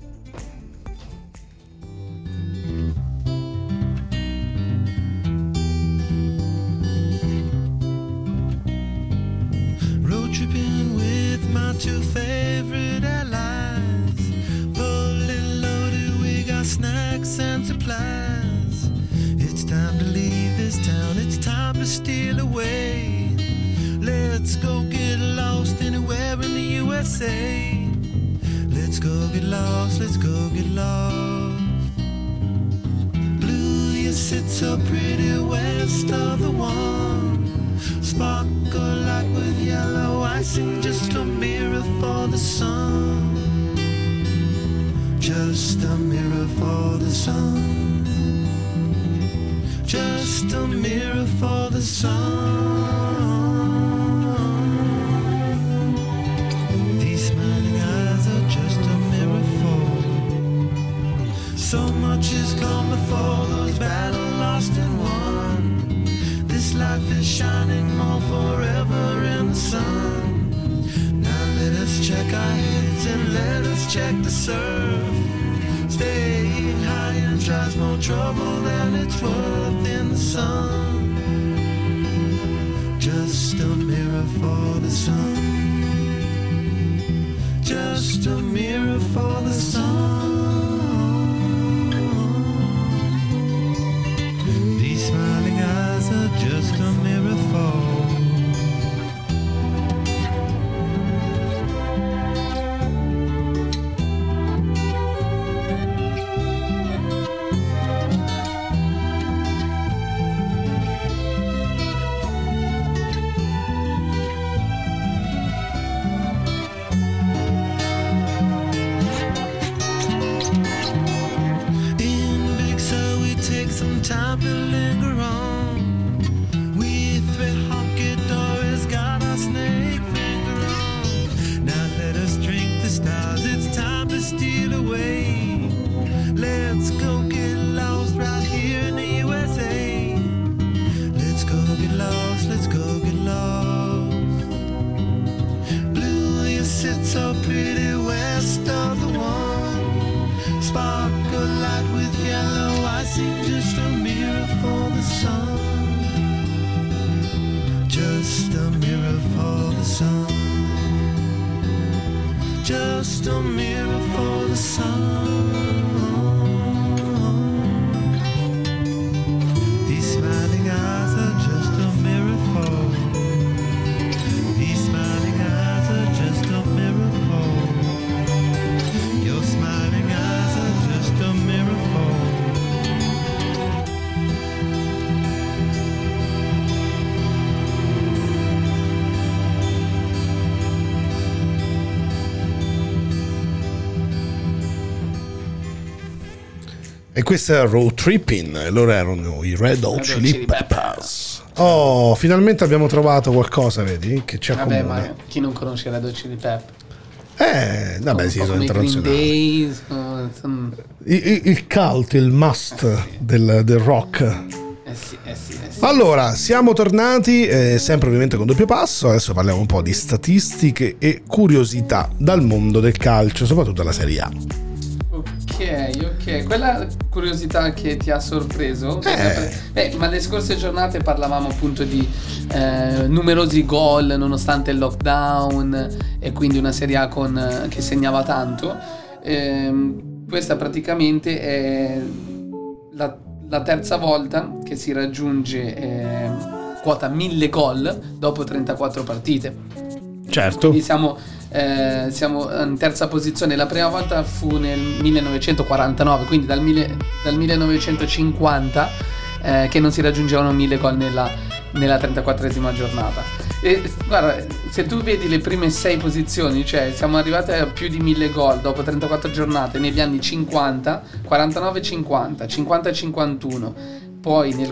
Two favorite allies, fully loaded, we got snacks and supplies. It's time to leave this town, it's time to steal away. Let's go get lost anywhere in the USA. Let's go get lost, let's go get lost. Blue, you sit so pretty west of the one. Sparkle like with yellow icing, just a mirror for the sun. Just a mirror for the sun. Just a mirror for the sun. These smiling eyes are just a mirror for. So much has come before, those battles lost and won. This life is shining more forever in the sun. Now let us check our heads and let us check the surf. Staying high and tries more trouble than it's worth in the sun. Just a mirror for the sun. Just a mirror for the sun. These smiling eyes are just a mirror for. just a mirror for the sun. These smiling eyes are just a mirror for. These smiling eyes are just a mirror for. Your smiling eyes are just a mirror for. E questa è Road Tripping, e loro erano i Red Hot Chili Peppers. Oh, finalmente abbiamo trovato qualcosa, vedi, che ci accomuna. Vabbè, ma chi non conosce Red Hot Chili Pepper? Vabbè, sì, sono come i Green internazionali. Day, Il cult, il must del rock. sì. Allora, siamo tornati, sempre ovviamente con doppio passo. Adesso parliamo un po' di statistiche e curiosità dal mondo del calcio, soprattutto della Serie A. Ok. Quella curiosità che ti ha sorpreso? Ma le scorse giornate parlavamo appunto di numerosi gol nonostante il lockdown e quindi una Serie A che segnava tanto. Questa praticamente è la terza volta che si raggiunge quota 1000 gol dopo 34 partite. Certo. Quindi siamo in terza posizione. La prima volta fu nel 1949, quindi dal 1950 che non si raggiungevano 1000 gol nella 34esima giornata. E guarda, se tu vedi le prime 6 posizioni, cioè siamo arrivati a più di 1000 gol dopo 34 giornate negli anni 50, 49-50, 50-51, poi nel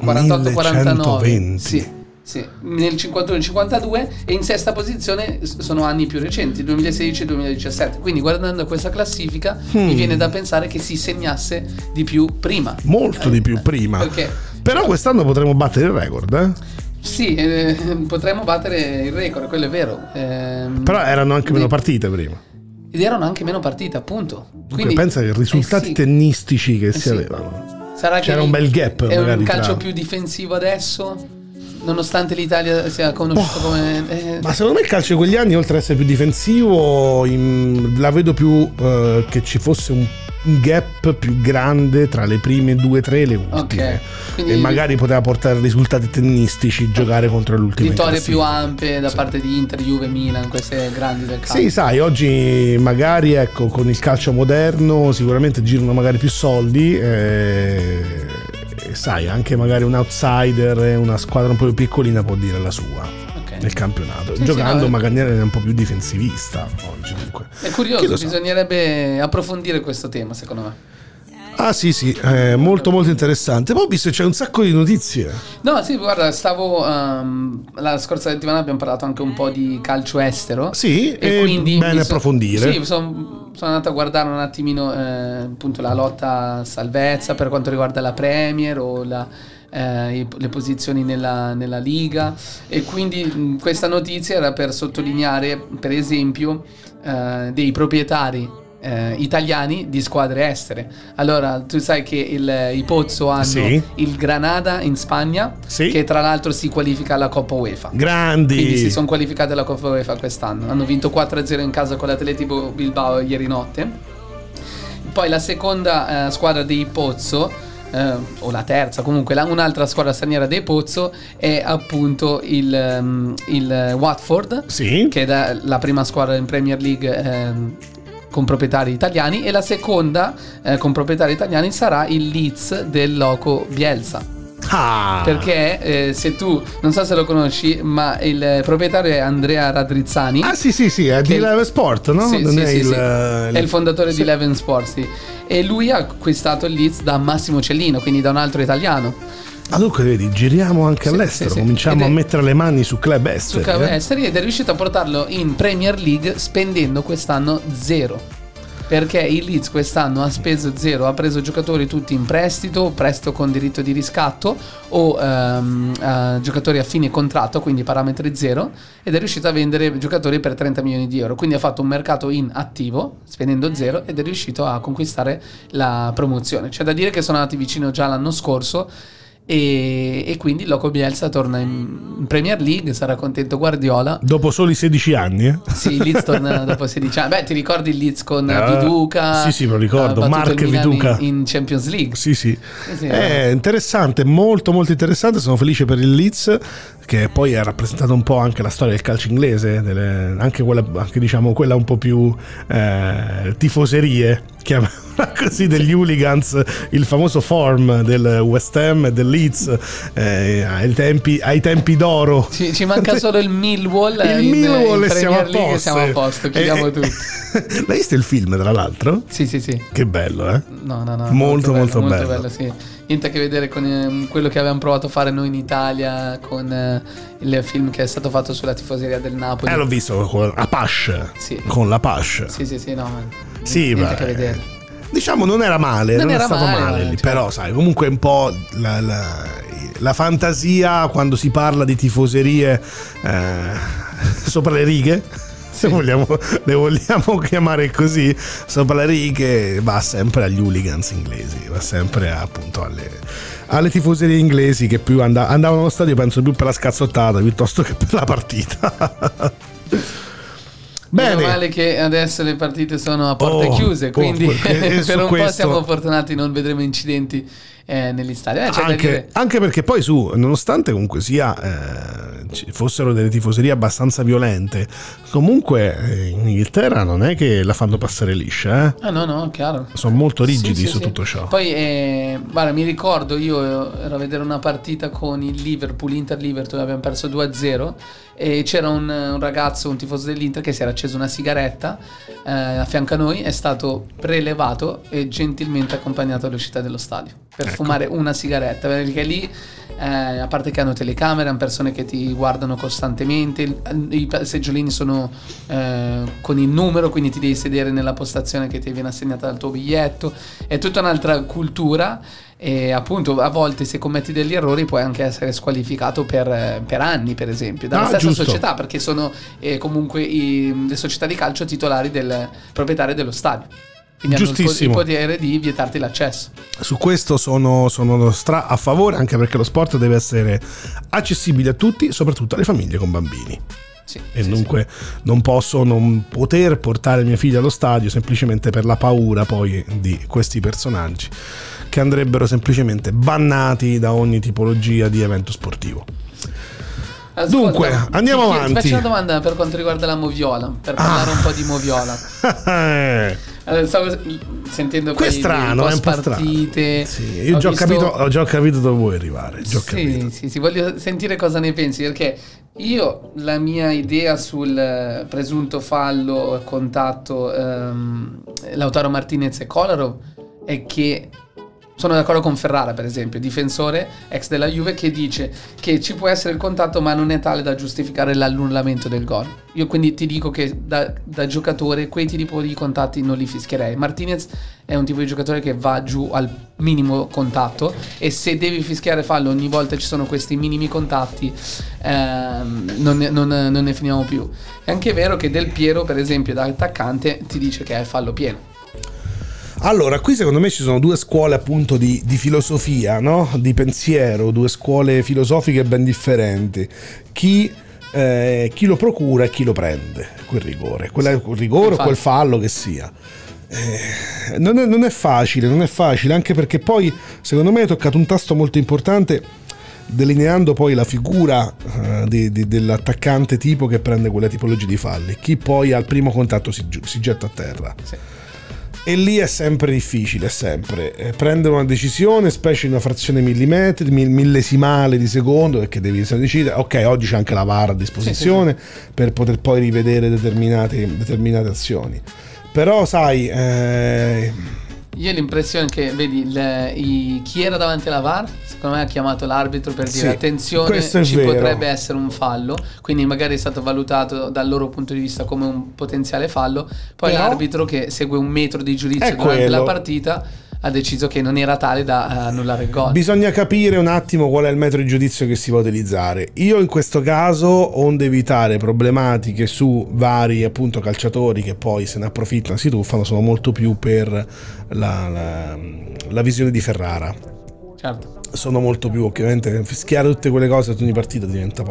48-49, sì, nel 51-52, e in sesta posizione sono anni più recenti, 2016-2017. Quindi guardando questa classifica mi viene da pensare che si segnasse di più prima, molto di più prima. Perché? Però quest'anno potremo battere il record, Sì, potremmo battere il record, quello è vero. Però erano anche meno partite prima. Ed erano anche meno partite, appunto. Quindi pensa ai risultati tennistici che si sì. avevano. Sarà C'era che un bel gap. È magari un calcio tra... più difensivo adesso, nonostante l'Italia sia conosciuta come... Ma secondo me il calcio di quegli anni, oltre ad essere più difensivo, la vedo più che ci fosse un gap più grande tra le prime 2-3 e le ultime. Ok. Quindi E magari poteva portare risultati tennistici giocare contro l'ultima. Vittorie più ampie da parte di Inter, Juve, Milan, queste grandi del calcio. Sì, sai, oggi magari ecco con il calcio moderno sicuramente girano magari più soldi e sai, anche magari un outsider e una squadra un po' più piccolina può dire la sua nel campionato, giocando magari un po' più difensivista oggi. Comunque È curioso, bisognerebbe approfondire questo tema, secondo me. Ah sì, molto molto interessante. Poi ho visto che c'è un sacco di notizie. No, sì, guarda, la scorsa settimana abbiamo parlato anche un po' di calcio estero. Sì, e quindi bene approfondire. Sì, sono andato a guardare un attimino appunto la lotta a salvezza per quanto riguarda la Premier o le posizioni nella Liga, e quindi questa notizia era per sottolineare per esempio dei proprietari italiani di squadre estere. Allora tu sai che i Pozzo hanno il Granada in Spagna, che tra l'altro si qualifica alla Coppa UEFA. Grandi, quindi si sono qualificati alla Coppa UEFA quest'anno, hanno vinto 4-0 in casa con l'Atletico Bilbao ieri notte. Poi la seconda squadra dei Pozzo, o la terza, comunque un'altra squadra straniera dei Pozzo è appunto il Watford, che è la prima squadra in Premier League con proprietari italiani, e la seconda con proprietari italiani sarà il Leeds del loco Bielsa. Perché se tu non so se lo conosci, ma il proprietario è Andrea Radrizzani. Sì, è di Eleven Sport, no? Sì, è il fondatore di Eleven Sport, sì. E lui ha acquistato il Leeds da Massimo Cellino, quindi da un altro italiano. Dunque vedi, giriamo anche all'estero, cominciamo a mettere le mani su club esteri. Ed è riuscito a portarlo in Premier League spendendo quest'anno 0. Perché il Leeds quest'anno ha speso 0, ha preso giocatori tutti in prestito con diritto di riscatto o giocatori a fine contratto, quindi parametri 0, ed è riuscito a vendere giocatori per 30 milioni di euro. Quindi ha fatto un mercato in attivo spendendo 0 ed è riuscito a conquistare la promozione. C'è da dire che sono andati vicino già l'anno scorso e quindi Loco Bielsa torna in Premier League, sarà contento Guardiola. Dopo soli 16 anni, eh? Sì, il Leeds torna dopo 16 anni. Beh, ti ricordi il Leeds con Viduka? Sì, me lo ricordo, battuto Mark il Milan Viduka in Champions League. Sì. È interessante, molto molto interessante. Sono felice per il Leeds, che poi ha rappresentato un po' anche la storia del calcio inglese, anche diciamo quella un po' più tifoserie, chiamiamola così, degli hooligans, il famoso form del West Ham e del Leeds ai tempi d'oro. Ci manca solo il Millwall. E siamo a posto, chiudiamo tutti. L'hai visto il film, tra l'altro? Sì. Che bello, eh? No. Molto bello. Sì. Niente a che vedere con quello che avevamo provato a fare noi in Italia, con il film che è stato fatto sulla tifoseria del Napoli. L'ho visto con Apache. Sì. Con l'Apache. Sì, no. Sì, niente a che vedere. Diciamo non era male, non era stato male lì, certo. però sai, comunque un po' la fantasia quando si parla di tifoserie sopra le righe, se le vogliamo chiamare così, sopra le righe, va sempre agli hooligans inglesi, va sempre appunto alle tifoserie inglesi che più andavano allo stadio, penso più per la scazzottata piuttosto che per la partita. Bene. Meno male che adesso le partite sono a porte chiuse, quindi per un po' siamo fortunati, non vedremo incidenti negli stadi. Anche perché poi nonostante comunque ci fossero delle tifoserie abbastanza violente, comunque in Inghilterra non è che la fanno passare liscia, eh? No, chiaro. Sono molto rigidi su tutto ciò. Poi guarda, mi ricordo, io ero a vedere una partita con il Inter-Liverpool, abbiamo perso 2-0 e c'era un ragazzo, un tifoso dell'Inter, che si era acceso una sigaretta a fianco a noi, è stato prelevato e gentilmente accompagnato all'uscita dello stadio per fumare una sigaretta, perché lì a parte che hanno telecamere, hanno persone che ti guardano costantemente, i seggiolini sono con il numero, quindi ti devi sedere nella postazione che ti viene assegnata dal tuo biglietto, è tutta un'altra cultura. E appunto a volte se commetti degli errori puoi anche essere squalificato per anni, per esempio, dalla stessa società, perché sono comunque le società di calcio titolari del proprietario dello stadio, quindi hanno il potere di vietarti l'accesso. Su questo sono a favore, anche perché lo sport deve essere accessibile a tutti, soprattutto alle famiglie con bambini. Dunque non posso non poter portare mia figlia allo stadio semplicemente per la paura poi di questi personaggi che andrebbero semplicemente bannati da ogni tipologia di evento sportivo. Ascolta, dunque andiamo avanti. Ti faccio una domanda per quanto riguarda la moviola, per parlare un po' di moviola. Stavo sentendo che è strano, è un po' partite. Sì, io ho già capito dove vuoi arrivare. Sì, voglio sentire cosa ne pensi, perché io la mia idea sul presunto fallo, contatto Lautaro Martinez e Kolarov è che sono d'accordo con Ferrara, per esempio, difensore ex della Juve, che dice che ci può essere il contatto ma non è tale da giustificare l'annullamento del gol. Io quindi ti dico che da giocatore quei tipi di contatti non li fischierei. Martinez è un tipo di giocatore che va giù al minimo contatto, e se devi fischiare fallo ogni volta ci sono questi minimi contatti, non ne finiamo più. È anche vero che Del Piero, per esempio, da attaccante ti dice che è fallo pieno. Allora, qui secondo me ci sono due scuole appunto di filosofia, no? Di pensiero, due scuole filosofiche ben differenti. Chi lo procura e chi lo prende, quel rigore, quel rigore o quel fallo che sia. Non è facile, anche perché poi secondo me hai toccato un tasto molto importante, delineando poi la figura dell'attaccante tipo che prende quella tipologia di falli, chi poi al primo contatto si getta a terra. Sì. E lì è sempre difficile, prendere una decisione, specie in una frazione millesimale di secondo, perché devi decidere. Ok, oggi c'è anche la VAR a disposizione per poter poi rivedere determinate azioni. Però sai, io ho l'impressione che, vedi, chi era davanti alla VAR, secondo me ha chiamato l'arbitro per dire attenzione, ci potrebbe essere un fallo, quindi magari è stato valutato dal loro punto di vista come un potenziale fallo, poi l'arbitro, che segue un metro di giudizio durante la partita, ha deciso che non era tale da annullare il gol. Bisogna capire un attimo qual è il metro di giudizio che si va a utilizzare. Io in questo caso, onde evitare problematiche su vari appunto calciatori che poi se ne approfittano, si tuffano, sono molto più per la visione di Ferrara. Certo. sono molto più, ovviamente fischiare tutte quelle cose ad ogni partita diventa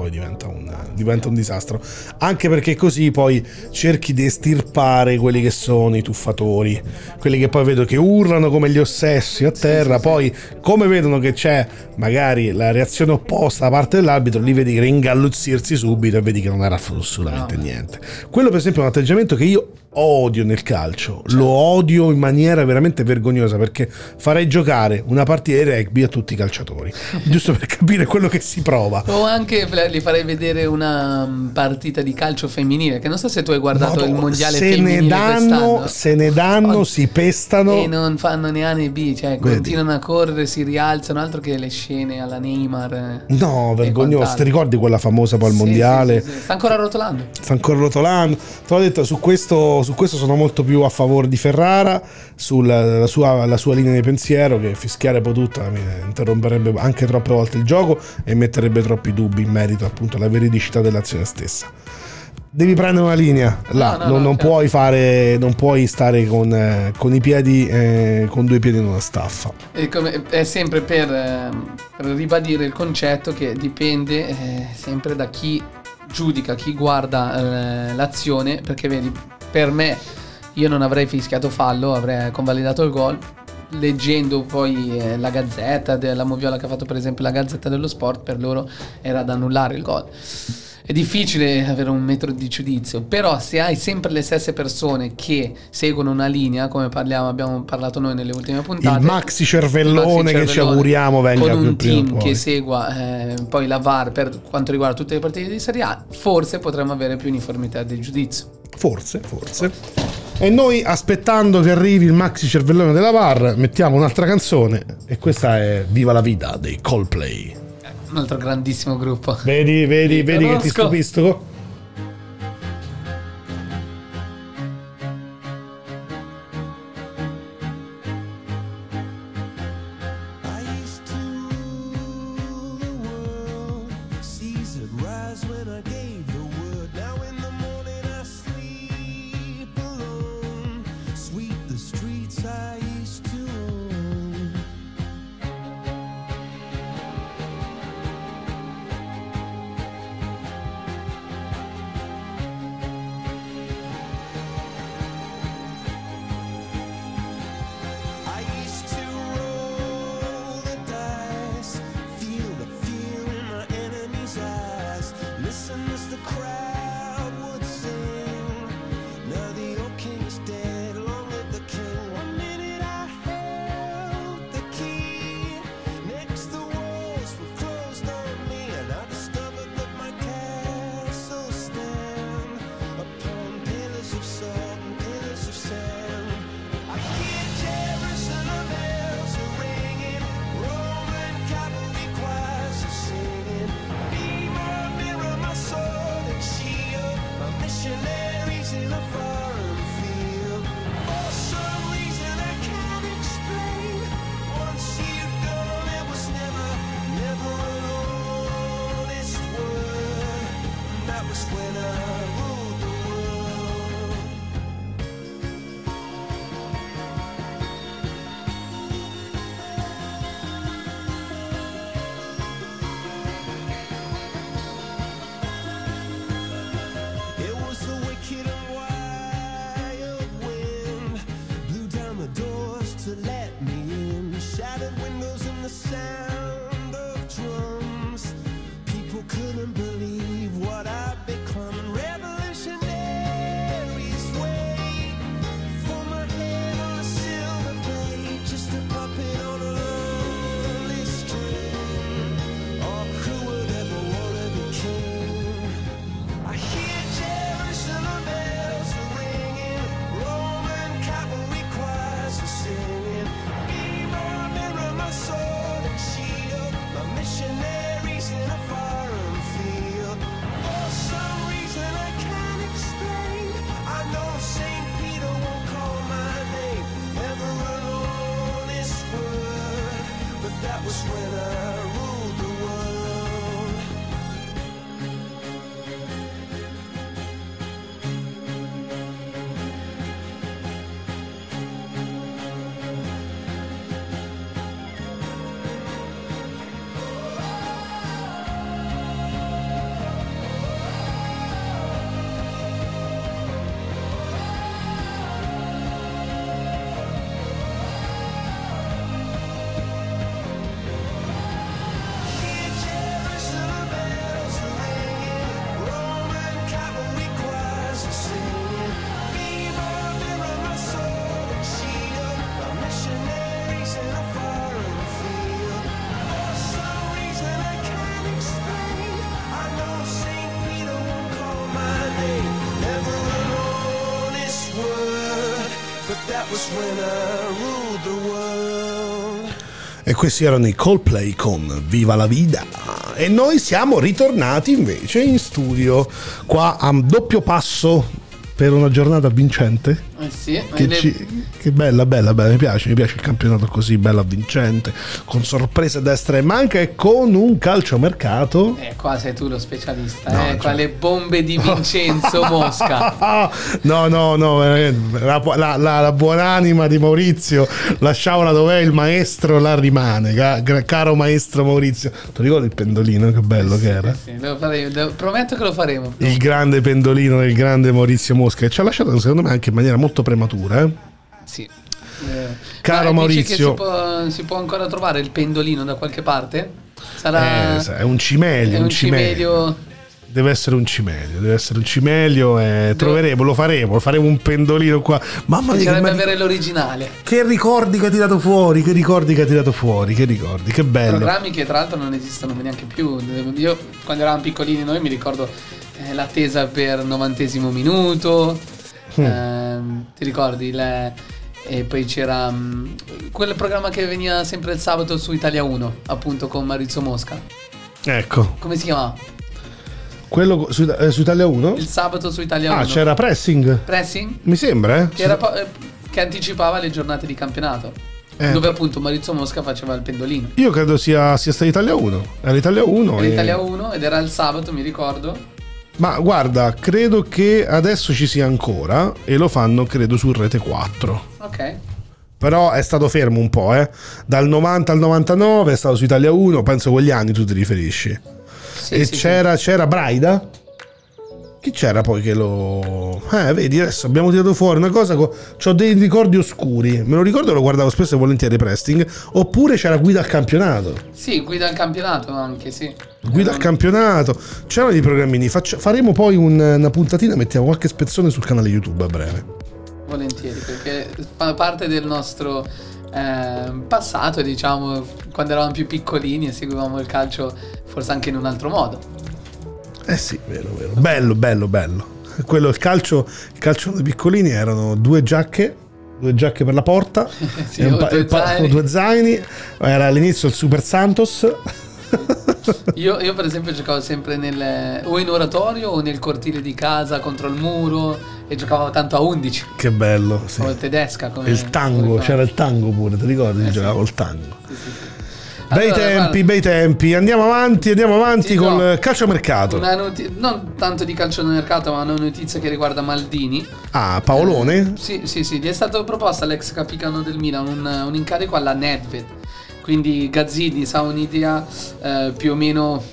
un disastro, anche perché così poi cerchi di estirpare quelli che sono i tuffatori, quelli che poi vedo che urlano come gli ossessi a terra, poi come vedono che c'è magari la reazione opposta da parte dell'arbitro, li vedi ringalluzzirsi subito e vedi che non era assolutamente niente. Quello per esempio è un atteggiamento che io odio nel calcio, lo odio in maniera veramente vergognosa, perché farei giocare una partita di rugby a tutti i calciatori giusto per capire quello che si prova, o anche li farei vedere una partita di calcio femminile, che non so se tu hai guardato il mondiale femminile quest'anno. Se ne danno, si pestano e non fanno né A né B, cioè continuano a correre, si rialzano, altro che le scene alla Neymar, no, vergognoso. Ti ricordi quella famosa poi al mondiale? Sì. Sta ancora rotolando. Te l'ho detto, su questo sono molto più a favore di Ferrara, sulla sua linea di pensiero, che fischiare poi tutta interromperebbe anche troppe volte il gioco e metterebbe troppi dubbi in merito appunto alla veridicità dell'azione stessa. Devi prendere una linea là, non puoi stare con i piedi, con due piedi in una staffa. È sempre per ribadire il concetto che dipende sempre da chi giudica, chi guarda l'azione, perché vedi, per me io non avrei fischiato fallo, avrei convalidato il gol. Leggendo poi la Gazzetta della Moviola, che ha fatto per esempio la Gazzetta dello Sport, per loro era da annullare il gol. È difficile avere un metro di giudizio, però se hai sempre le stesse persone che seguono una linea, come abbiamo parlato noi nelle ultime puntate, il maxi cervellone che ci auguriamo venga con un più prima team che segua poi la VAR per quanto riguarda tutte le partite di Serie A, forse potremmo avere più uniformità del giudizio. Forse. E noi, aspettando che arrivi il maxi cervellone della VAR, mettiamo un'altra canzone, e questa è Viva la Vida dei Coldplay. Un altro grandissimo gruppo. Vedi che ti stupisco? It was the wicked and wild. that was when I ruled the world. E questi erano i Coldplay con Viva la Vida. E noi siamo ritornati invece in studio, qua a doppio passo per una giornata vincente. Sì, Che bella, mi piace il campionato così bello, avvincente, con sorprese a destra e manca e con un calciomercato. Qua sei tu lo specialista, No, qua le bombe di Vincenzo Mosca. No, la buonanima di Maurizio, lasciamola dov'è, il maestro là rimane, caro maestro Maurizio. Ti ricordi il pendolino, che bello che era? Sì, prometto che lo faremo. Il grande pendolino del grande Maurizio Mosca, e ci ha lasciato secondo me anche in maniera molto prematura, Sì. Caro ma dici Maurizio, che si può ancora trovare il pendolino da qualche parte? Sarà è un cimelio, è un cimelio. Deve essere un cimelio e troveremo, faremo un pendolino qua. Mamma mia, Bisognerebbe avere l'originale. che ricordi che ha tirato fuori, che bello. Programmi che tra l'altro non esistono neanche più. Io quando eravamo piccolini noi mi ricordo l'attesa per 90° minuto. Ti ricordi e poi c'era quel programma che veniva sempre il sabato su Italia 1, appunto con Maurizio Mosca. Ecco, Come si chiamava? quello su Italia 1? Il sabato su Italia 1. C'era Pressing, Pressing? mi sembra, Che anticipava le giornate di campionato. Dove appunto Maurizio Mosca faceva il pendolino. Io credo sia stato Italia 1. Era Italia 1. Era Italia 1 ed era il sabato, mi ricordo. Ma guarda, credo che adesso ci sia ancora e lo fanno credo su Rete 4. Ok. Però è stato fermo un po', dal 90 al 99 è stato su Italia 1, penso quegli anni tu ti riferisci. Sì, c'era Braida. Chi c'era poi che lo... vedi, adesso abbiamo tirato fuori una cosa, c'ho dei ricordi oscuri, me lo ricordo, lo guardavo spesso e volentieri Pressing, oppure c'era Guida al campionato. Sì, Guida al campionato anche, sì. Guida al campionato, c'erano dei programmini, faremo poi una puntatina, mettiamo qualche spezzone sul canale YouTube a breve. Volentieri, perché fa parte del nostro passato, diciamo, quando eravamo più piccolini e seguivamo il calcio forse anche in un altro modo. Sì, vero. Bello. Quello, il calcio dei piccolini erano due giacche per la porta, Sì, e due zaini. Era all'inizio il Super Santos. Io per esempio giocavo sempre o in oratorio o nel cortile di casa contro il muro e giocavo tanto a 11. Che bello, sì. O il tedesca come il tango, c'era il tango pure, ti ricordi? Giocavo il tango. Sì. Bei tempi. Andiamo avanti col calciomercato. Non tanto di calciomercato, ma una notizia che riguarda Maldini. Paolone? Sì, gli è stato proposto all'ex capicano del Milan un incarico alla Nedved. Quindi Gazzini sa un'idea più o meno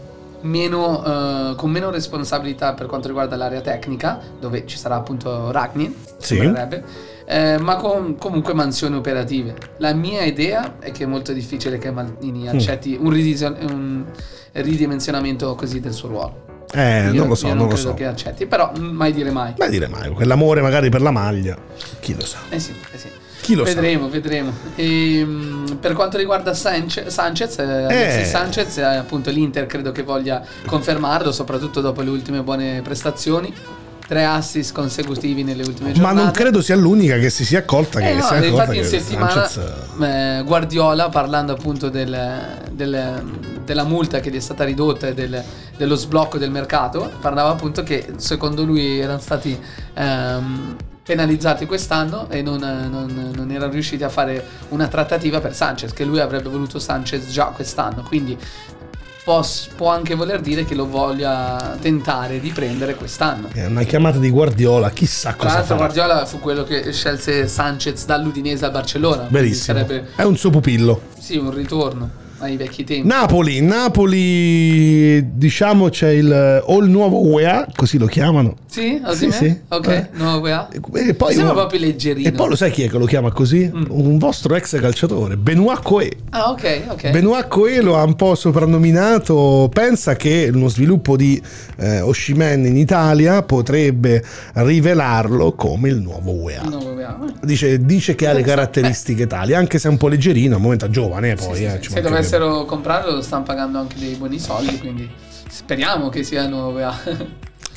con meno responsabilità per quanto riguarda l'area tecnica, dove ci sarà appunto Ragnin, sembrerebbe. Ma comunque mansioni operative. La mia idea è che è molto difficile che Maldini accetti un ridimensionamento così del suo ruolo. Non lo so. Non credo che accetti, però mai dire mai. Quell'amore magari per la maglia, chi lo sa. Sì. Chi lo vedremo. E, per quanto riguarda Sanchez, Alexis Sanchez, appunto l'Inter credo che voglia confermarlo, soprattutto dopo le ultime buone prestazioni. 3 assist consecutivi nelle ultime giornate. Ma non credo sia l'unica che si sia accolta. Infatti in settimana Guardiola, parlando appunto della multa che gli è stata ridotta e dello sblocco del mercato, parlava appunto che secondo lui erano stati penalizzati quest'anno e non erano riusciti a fare una trattativa per Sanchez, che lui avrebbe voluto Sanchez già quest'anno, quindi può anche voler dire che lo voglia tentare di prendere quest'anno. È una chiamata di Guardiola, chissà cosa farà. Tra l'altro Guardiola fu quello che scelse Sanchez dall'Udinese al Barcellona. Verissimo, è un suo pupillo. Sì, un ritorno ai vecchi tempi. Napoli, diciamo c'è il nuovo UEA, così lo chiamano. Sì? Sì. Ok, nuovo UEA. E poi sembra proprio leggerino. E poi lo sai chi è che lo chiama così? Un vostro ex calciatore, Benoît Coé. Ah, ok. Benoît Coé lo ha un po' soprannominato. Pensa che uno sviluppo di Osimhen in Italia potrebbe rivelarlo come il nuovo UEA. Dice che ha le caratteristiche tali, anche se è un po' leggerino, al momento è giovane poi. Se dovessero comprarlo lo stanno pagando anche dei buoni soldi, quindi speriamo che sia il nuovo UEA.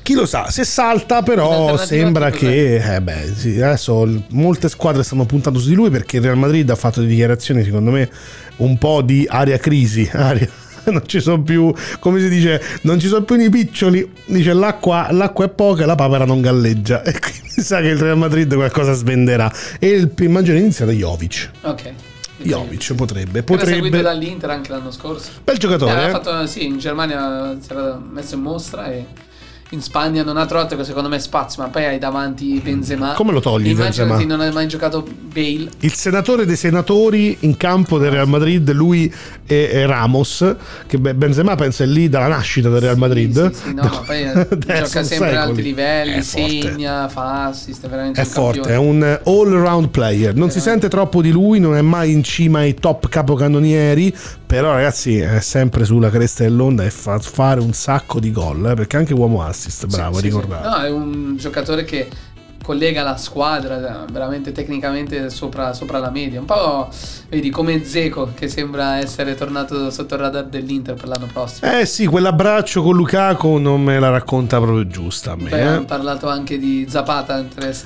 Chi lo sa, se salta però Un'alternativa sembra tipo che sì, adesso molte squadre stanno puntando su di lui, perché il Real Madrid ha fatto delle dichiarazioni secondo me un po' di aria crisi, non ci sono più, come si dice, non ci sono più i piccioli, dice l'acqua è poca e la papera non galleggia, e quindi sa che il Real Madrid qualcosa svenderà, e il immagine inizia da Jovic. Ok. Jovic potrebbe Era seguito dall'Inter anche l'anno scorso. Bel giocatore, aveva fatto, sì, in Germania si era messo in mostra, e in Spagna non ha trovato secondo me spazio, ma poi hai davanti Benzema. Come lo togli Immaginati, Benzema? non hai mai giocato Bale. Il senatore dei senatori in campo del Real Madrid, lui e Ramos, che Benzema pensa è lì dalla nascita del Real Madrid. Sì, no, ma poi gioca sempre a alti livelli, segna, fa assist, è veramente è un forte, campione. è un all-round player. Non si sente troppo di lui, non è mai in cima ai top capocannonieri, però ragazzi è sempre sulla cresta dell'onda e fa fare un sacco di gol, perché anche uomo assist, bravo, Sì, ricordate. No, è un giocatore che collega la squadra veramente tecnicamente sopra la media, un po' vedi come Dzeko, che sembra essere tornato sotto il radar dell'Inter per l'anno prossimo. Sì, quell'abbraccio con Lukaku non me la racconta proprio giusta a me. Poi hanno parlato anche di Zapata,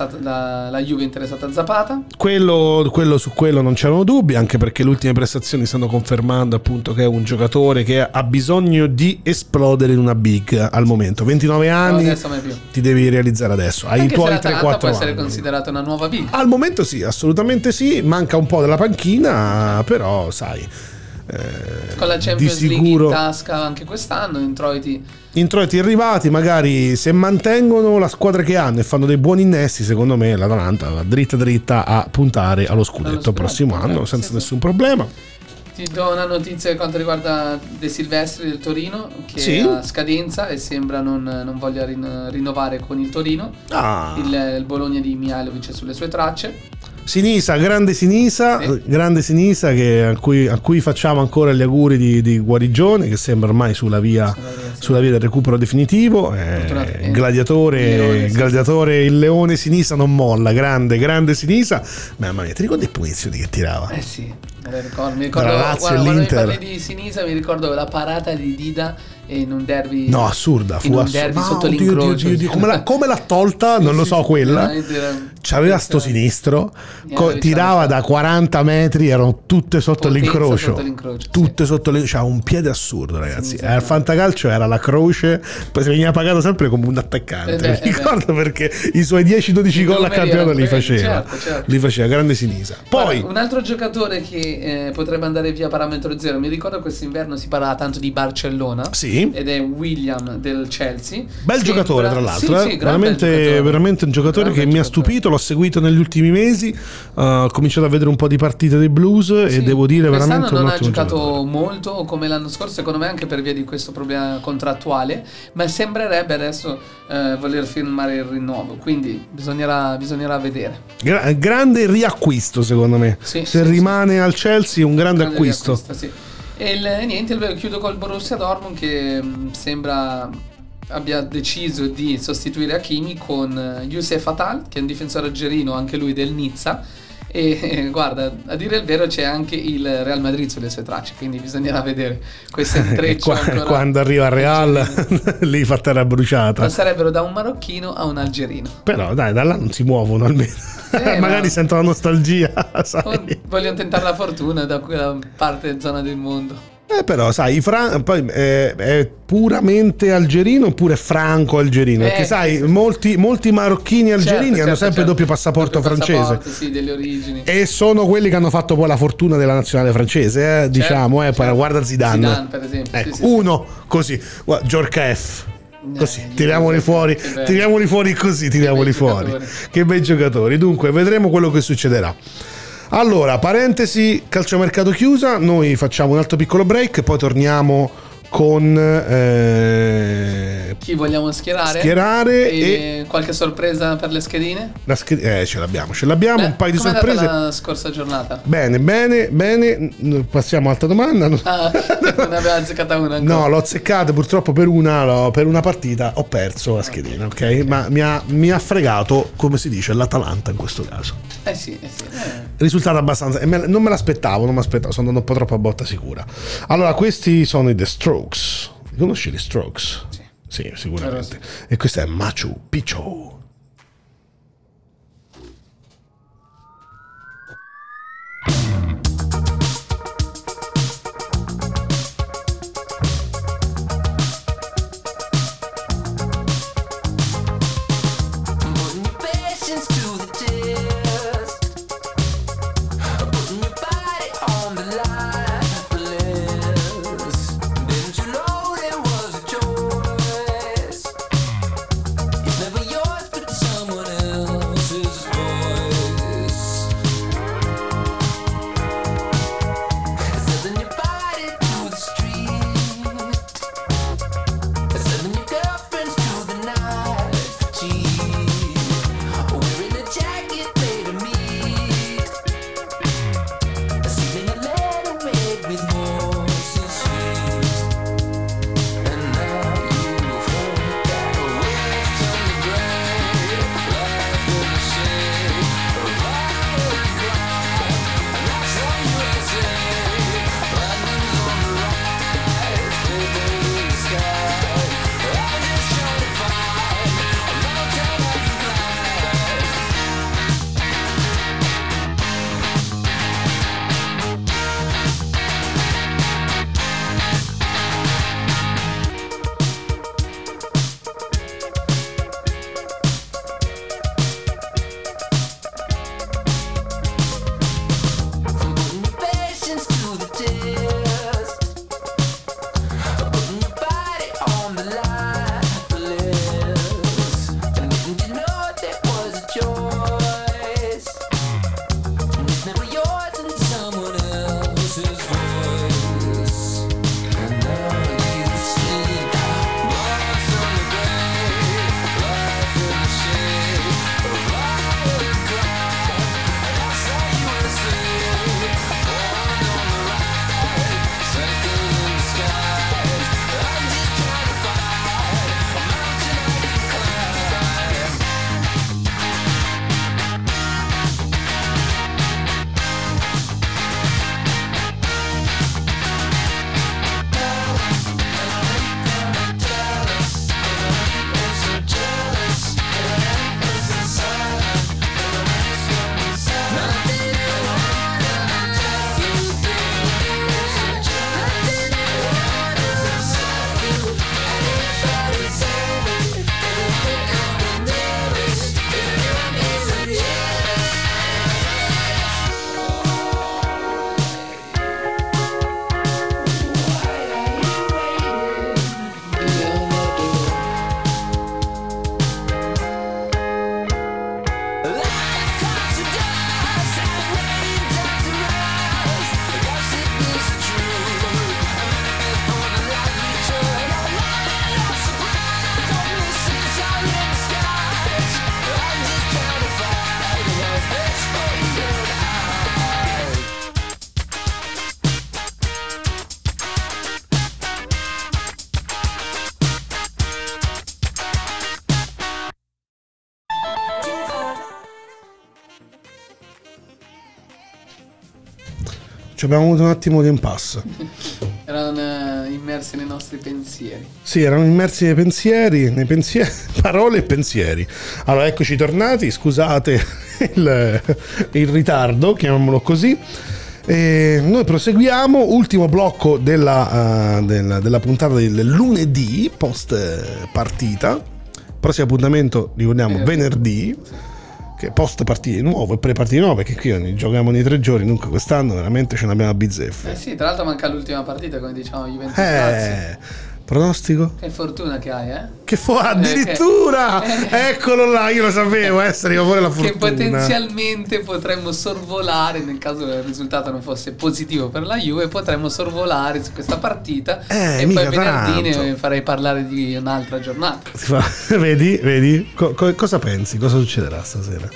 la Juve interessata a Zapata. Quello su quello non c'erano dubbi, anche perché le ultime prestazioni stanno confermando appunto che è un giocatore che ha bisogno di esplodere in una big al momento. 29 anni, adesso mai più. ti devi realizzare adesso. Hai i Anche se tuoi l'Atalanta 3-4 può essere anni. considerata una nuova big. Al momento sì, assolutamente sì, manca un po' della panchina, però sai, Con la Champions di League sicuro in tasca anche quest'anno, introiti arrivati, magari se mantengono la squadra che hanno e fanno dei buoni innesti, secondo me l'Atalanta va dritta a puntare allo scudetto il prossimo anno senza nessun problema. Ti do una notizia per quanto riguarda De Silvestri del Torino, che è a scadenza e sembra non voglia rinnovare con il Torino. Il Bologna di Mihajlovic è sulle sue tracce. Sinisa, grande Sinisa a cui facciamo ancora gli auguri di guarigione, che sembra ormai sulla via del recupero definitivo. Il gladiatore, il leone Sinisa non molla, grande Sinisa. Mamma mia, ti ricordi le punizioni che tirava? Sì, me le ricordo. Mi ricordo, Lazio, quando mi parli di Sinisa mi ricordo la parata di Dida in un derby. No, assurda, fu derby sotto l'incrocio. Come l'ha tolta? Non lo so, quella. C'aveva sto sinistro, tirava da 40 metri, erano tutte sotto l'incrocio. Tutte sotto l'incrocio. C'ha un piede assurdo, ragazzi. Al fantacalcio era la croce, poi si veniva pagato sempre come un attaccante. Mi ricordo perché i suoi 10-12 gol a campionato li faceva. Certo. Li faceva, grande Sinisa. Poi un altro giocatore che potrebbe andare via parametro zero, mi ricordo quest'inverno si parlava tanto di Barcellona. Sì. Ed è William del Chelsea. Bel giocatore, tra l'altro, sì, veramente un giocatore che mi ha stupito. L'ho seguito negli ultimi mesi, ho cominciato a vedere un po' di partite dei Blues e devo dire veramente un ottimo non ha giocato giocatore. molto come l'anno scorso, secondo me anche per via di questo problema contrattuale, ma sembrerebbe adesso voler firmare il rinnovo, quindi bisognerà vedere. Grande riacquisto, secondo me. Se rimane al Chelsea è un grande acquisto. Sì. E niente, chiudo col Borussia Dortmund, che sembra abbia deciso di sostituire Hakimi con Youssef Attal, che è un difensore algerino, anche lui del Nizza, e guarda, a dire il vero c'è anche il Real Madrid sulle sue tracce, quindi bisognerà vedere questo intreccio. Quando arriva al Real lì fa terra bruciata. Passerebbero da un marocchino a un algerino, però dai, da là non si muovono almeno. Magari sentono la nostalgia, sai. Vogliono tentare la fortuna da quella parte zona del mondo. Però sai, poi è puramente algerino oppure franco algerino, perché sai, molti marocchini algerini hanno sempre doppio passaporto francese. Sì, delle origini. E sono quelli che hanno fatto poi la fortuna della nazionale francese, diciamo, guarda Zidane per esempio. Ecco, uno così, Djorkaeff. Così, tiriamoli fuori così, che bei giocatori. Dunque, vedremo quello che succederà. Allora, parentesi, calciomercato chiusa, noi facciamo un altro piccolo break, poi torniamo con chi vogliamo schierare e qualche sorpresa per le schedine? Ce l'abbiamo. Un paio di sorprese. Com'è andata la scorsa giornata? Bene. Passiamo all'altra domanda. Non aveva azzeccata una ancora. No, l'ho azzeccata purtroppo per una partita ho perso la schedina, ok? Ma mi ha fregato, come si dice, l'Atalanta in questo caso. Sì. Risultato abbastanza, non me l'aspettavo, sono andato un po' troppo a botta sicura. Allora, questi sono i The Strokes. Conosci gli Strokes? Sì, sicuramente. E questo è Machu Picchu. Ci abbiamo avuto un attimo di impasse. Erano immersi nei nostri pensieri. Sì, erano immersi nei pensieri, parole e pensieri. Allora, eccoci tornati, scusate il ritardo, chiamiamolo così. E noi proseguiamo, ultimo blocco della puntata del lunedì, post partita. Prossimo appuntamento, ricordiamo, venerdì. Che post partite nuove e pre partite nuove, perché qui giochiamo nei 3 giorni, dunque quest'anno veramente ce n'abbiamo a bizzeffe. Sì, tra l'altro manca l'ultima partita, come diciamo Juventus Lazio. Pronostico? Che fortuna che hai, Che addirittura! Eccolo là, io lo sapevo, arriva fuori la fortuna. Che potenzialmente potremmo sorvolare, nel caso il risultato non fosse positivo per la Juve, potremmo sorvolare su questa partita e poi venerdì ne farei parlare di un'altra giornata. Vedi? Cosa pensi? Cosa succederà stasera?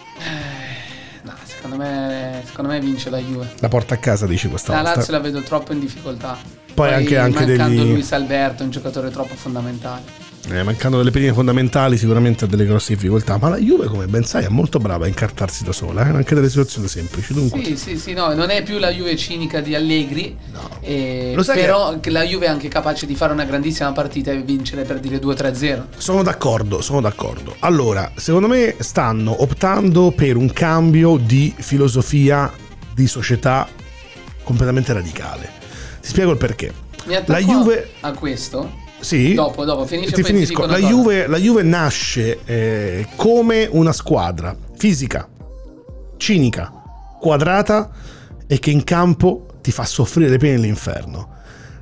No, secondo me vince la Juve. La porta a casa, dici, questa volta? La Lazio la vedo troppo in difficoltà. Poi anche mancando degli... Luis Alberto, un giocatore troppo fondamentale. Mancando delle pedine fondamentali sicuramente ha delle grosse difficoltà, ma la Juve, come ben sai, è molto brava a incartarsi da sola, anche delle situazioni semplici. Dunque Sì, no, non è più la Juve cinica di Allegri, no. Lo sai però che la Juve è anche capace di fare una grandissima partita e vincere, per dire 2-3-0. Sono d'accordo. Allora, secondo me stanno optando per un cambio di filosofia di società completamente radicale. Ti spiego il perché. Mi attacco La Juve a questo. Sì, Dopo finisce. ti finisco. La Juve nasce come una squadra fisica, cinica, quadrata e che in campo ti fa soffrire le pene dell'inferno.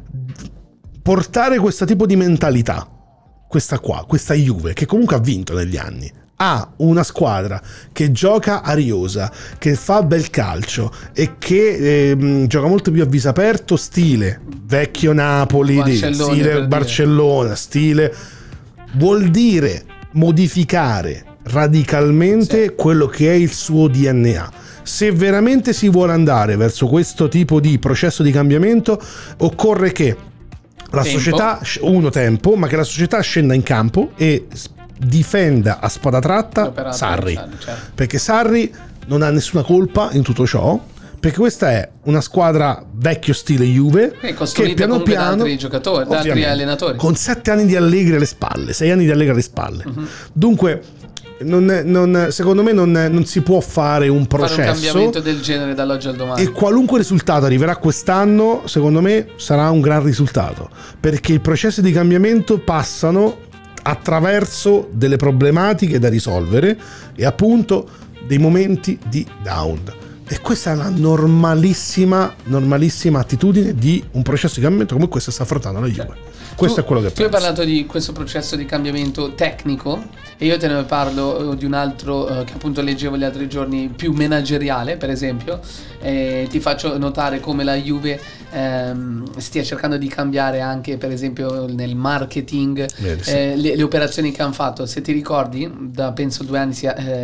Portare questo tipo di mentalità, questa Juve, che comunque ha vinto negli anni, ha una squadra che gioca ariosa, che fa bel calcio e che gioca molto più a viso aperto, stile vecchio Napoli, stile Barcellona, stile, vuol dire modificare radicalmente quello che è il suo DNA. Se veramente si vuole andare verso questo tipo di processo di cambiamento, occorre che la società, ma che la società scenda in campo e difenda a spada tratta Sarri, certo. Perché Sarri non ha nessuna colpa in tutto ciò, perché questa è una squadra vecchio stile Juve che piano piano da altri giocatori, da altri allenatori, con 7 anni di Allegri alle spalle, 6 anni di Allegri alle spalle. Dunque secondo me non si può fare un processo, un cambiamento del genere dall'oggi al domani, e qualunque risultato arriverà quest'anno secondo me sarà un gran risultato, perché i processi di cambiamento passano attraverso delle problematiche da risolvere e appunto dei momenti di down, e questa è la normalissima attitudine di un processo di cambiamento come questo sta affrontando la Juve. Questo è quello che tu hai parlato di questo processo di cambiamento tecnico e io te ne parlo di un altro che appunto leggevo gli altri giorni, più manageriale, per esempio. Ti faccio notare come la Juve stia cercando di cambiare anche, per esempio, nel marketing, le operazioni che hanno fatto. Se ti ricordi, da penso 2 anni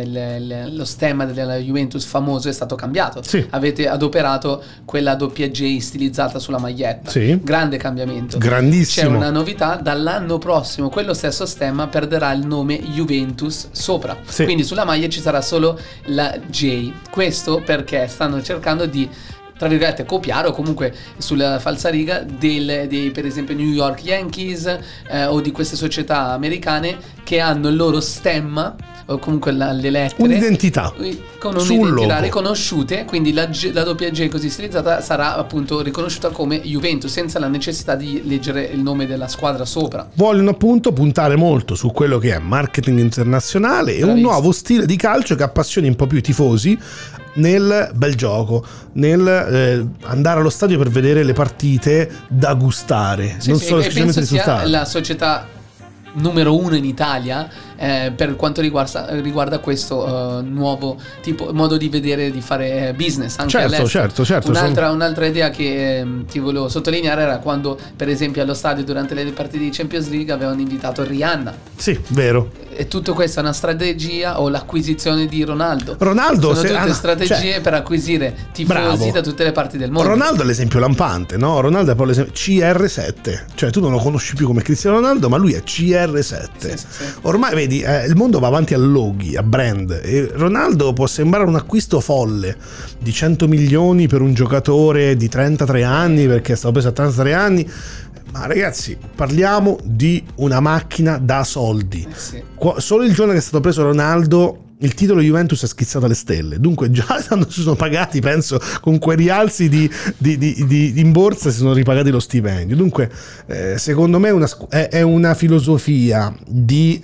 lo stemma della Juventus famoso è stato cambiato. Sì. Avete adoperato quella doppia J stilizzata sulla maglietta. Sì. Grande cambiamento. Grandissimo. C'è una novità: dall'anno prossimo quello stesso stemma perderà il nome Juventus sopra. Sì. Quindi sulla maglia ci sarà solo la J. Questo perché stanno cercando di, tra virgolette, copiare o comunque sulla falsariga dei per esempio New York Yankees o di queste società americane che hanno il loro stemma o comunque le lettere, un'identità con un'identità riconosciute, quindi la doppia J così stilizzata sarà appunto riconosciuta come Juventus senza la necessità di leggere il nome della squadra sopra. Vogliono appunto puntare molto su quello che è marketing internazionale e un nuovo stile di calcio che appassioni un po' più i tifosi nel bel gioco, nel andare allo stadio per vedere le partite da gustare, non solo semplicemente risultati. La società numero 1 in Italia per quanto riguarda questo nuovo tipo modo di vedere, di fare business anche all'estero. Certo. Un'altra idea che ti volevo sottolineare era quando, per esempio, allo stadio durante le partite di Champions League avevano invitato Rihanna. Sì, vero. E tutto questo è una strategia, o l'acquisizione di Ronaldo. Sono tutte strategie per acquisire tifosi da tutte le parti del mondo. Ronaldo è l'esempio lampante, no? Ronaldo è proprio l'esempio CR7, cioè tu non lo conosci più come Cristiano Ronaldo, ma lui è CR7. Sì. Ormai vedi, il mondo va avanti a loghi, a brand, e Ronaldo può sembrare un acquisto folle di 100 milioni per un giocatore di 33 anni, perché è stato preso a 33 anni. Ma ragazzi, parliamo di una macchina da soldi. Sì. Solo il giorno che è stato preso Ronaldo, il titolo Juventus è schizzato alle stelle. Dunque già quando si sono pagati, penso, con quei rialzi in borsa si sono ripagati lo stipendio. Dunque secondo me è una filosofia di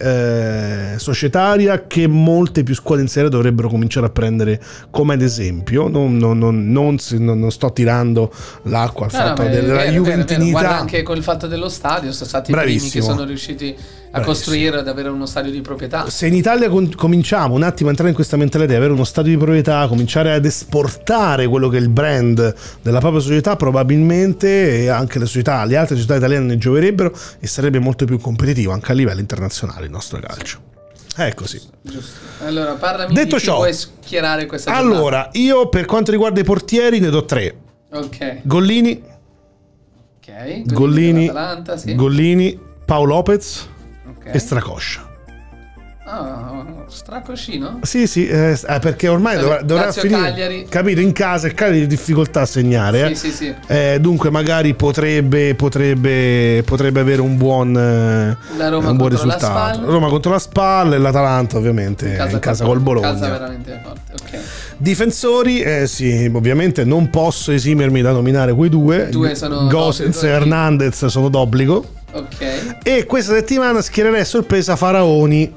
societaria che molte più squadre in serie dovrebbero cominciare a prendere come ad esempio. Non sto tirando l'acqua al fatto della juventinità. Guarda anche con il fatto dello stadio, sono stati i primi che sono riusciti a costruire, ad avere uno stadio di proprietà. Se in Italia cominciamo un attimo a entrare in questa mentalità di avere uno stadio di proprietà, cominciare ad esportare quello che è il brand della propria società, probabilmente anche le altre società italiane ne gioverebbero e sarebbe molto più competitivo anche a livello internazionale il nostro calcio. È così. Giusto. Allora, parlami detto di chi ciò, vuoi schierare questa giornata. Allora, io per quanto riguarda i portieri ne do 3. Ok. Gollini, Gollini, Paolo Lopez. Ok. e Stracoscia. Stracoscino? Sì, perché ormai dovrà finire. Cagliari. Capito, in casa il Cagliari ha difficoltà a segnare. Sì. Dunque magari potrebbe avere un buon risultato. Roma contro la Spal e l'Atalanta ovviamente in casa col Bologna. Casa veramente forte, ok. Difensori, sì, ovviamente non posso esimermi da nominare quei due. Sono Gosens e Hernandez sono d'obbligo. Ok. E questa settimana schiererei a sorpresa Faraoni.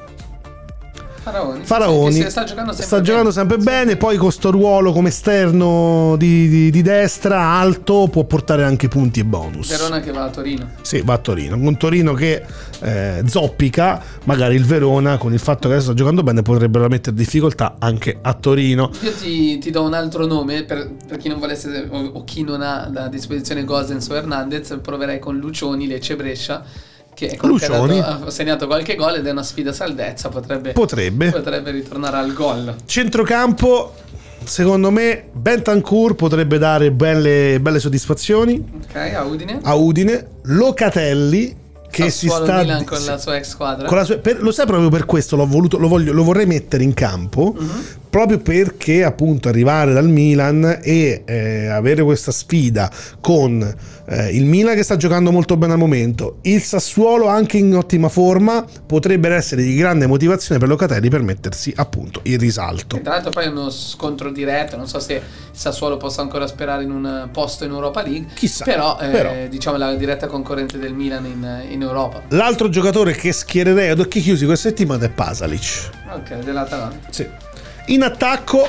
Che sta giocando sempre bene. Poi con sto ruolo come esterno di destra alto può portare anche punti e bonus. Verona che va a Torino. Sì, va a Torino. Un Torino che zoppica. Magari il Verona, con il fatto che adesso sta giocando bene, potrebbero mettere difficoltà anche a Torino. Io ti do un altro nome per chi non volesse o chi non ha a disposizione Gosens o Hernandez. Proverei con Lucioni, Lecce Brescia, che ha segnato qualche gol ed è una sfida salvezza, potrebbe ritornare al gol. Centrocampo, secondo me Bentancur potrebbe dare belle soddisfazioni. Ok, a Udine. Locatelli che Sassuolo si sta Milan con la sua ex squadra. Lo sai, proprio per questo lo vorrei mettere in campo. Proprio perché appunto arrivare dal Milan e avere questa sfida con il Milan che sta giocando molto bene al momento, il Sassuolo anche in ottima forma, potrebbe essere di grande motivazione per Locatelli per mettersi appunto il risalto. E tra l'altro poi è uno scontro diretto, non so se il Sassuolo possa ancora sperare in un posto in Europa League. Chissà, però diciamo la diretta concorrente del Milan in Europa. L'altro giocatore che schiererei ad occhi chiusi questa settimana è Pasalic. Ok, dell'Atalanta. Sì. In attacco,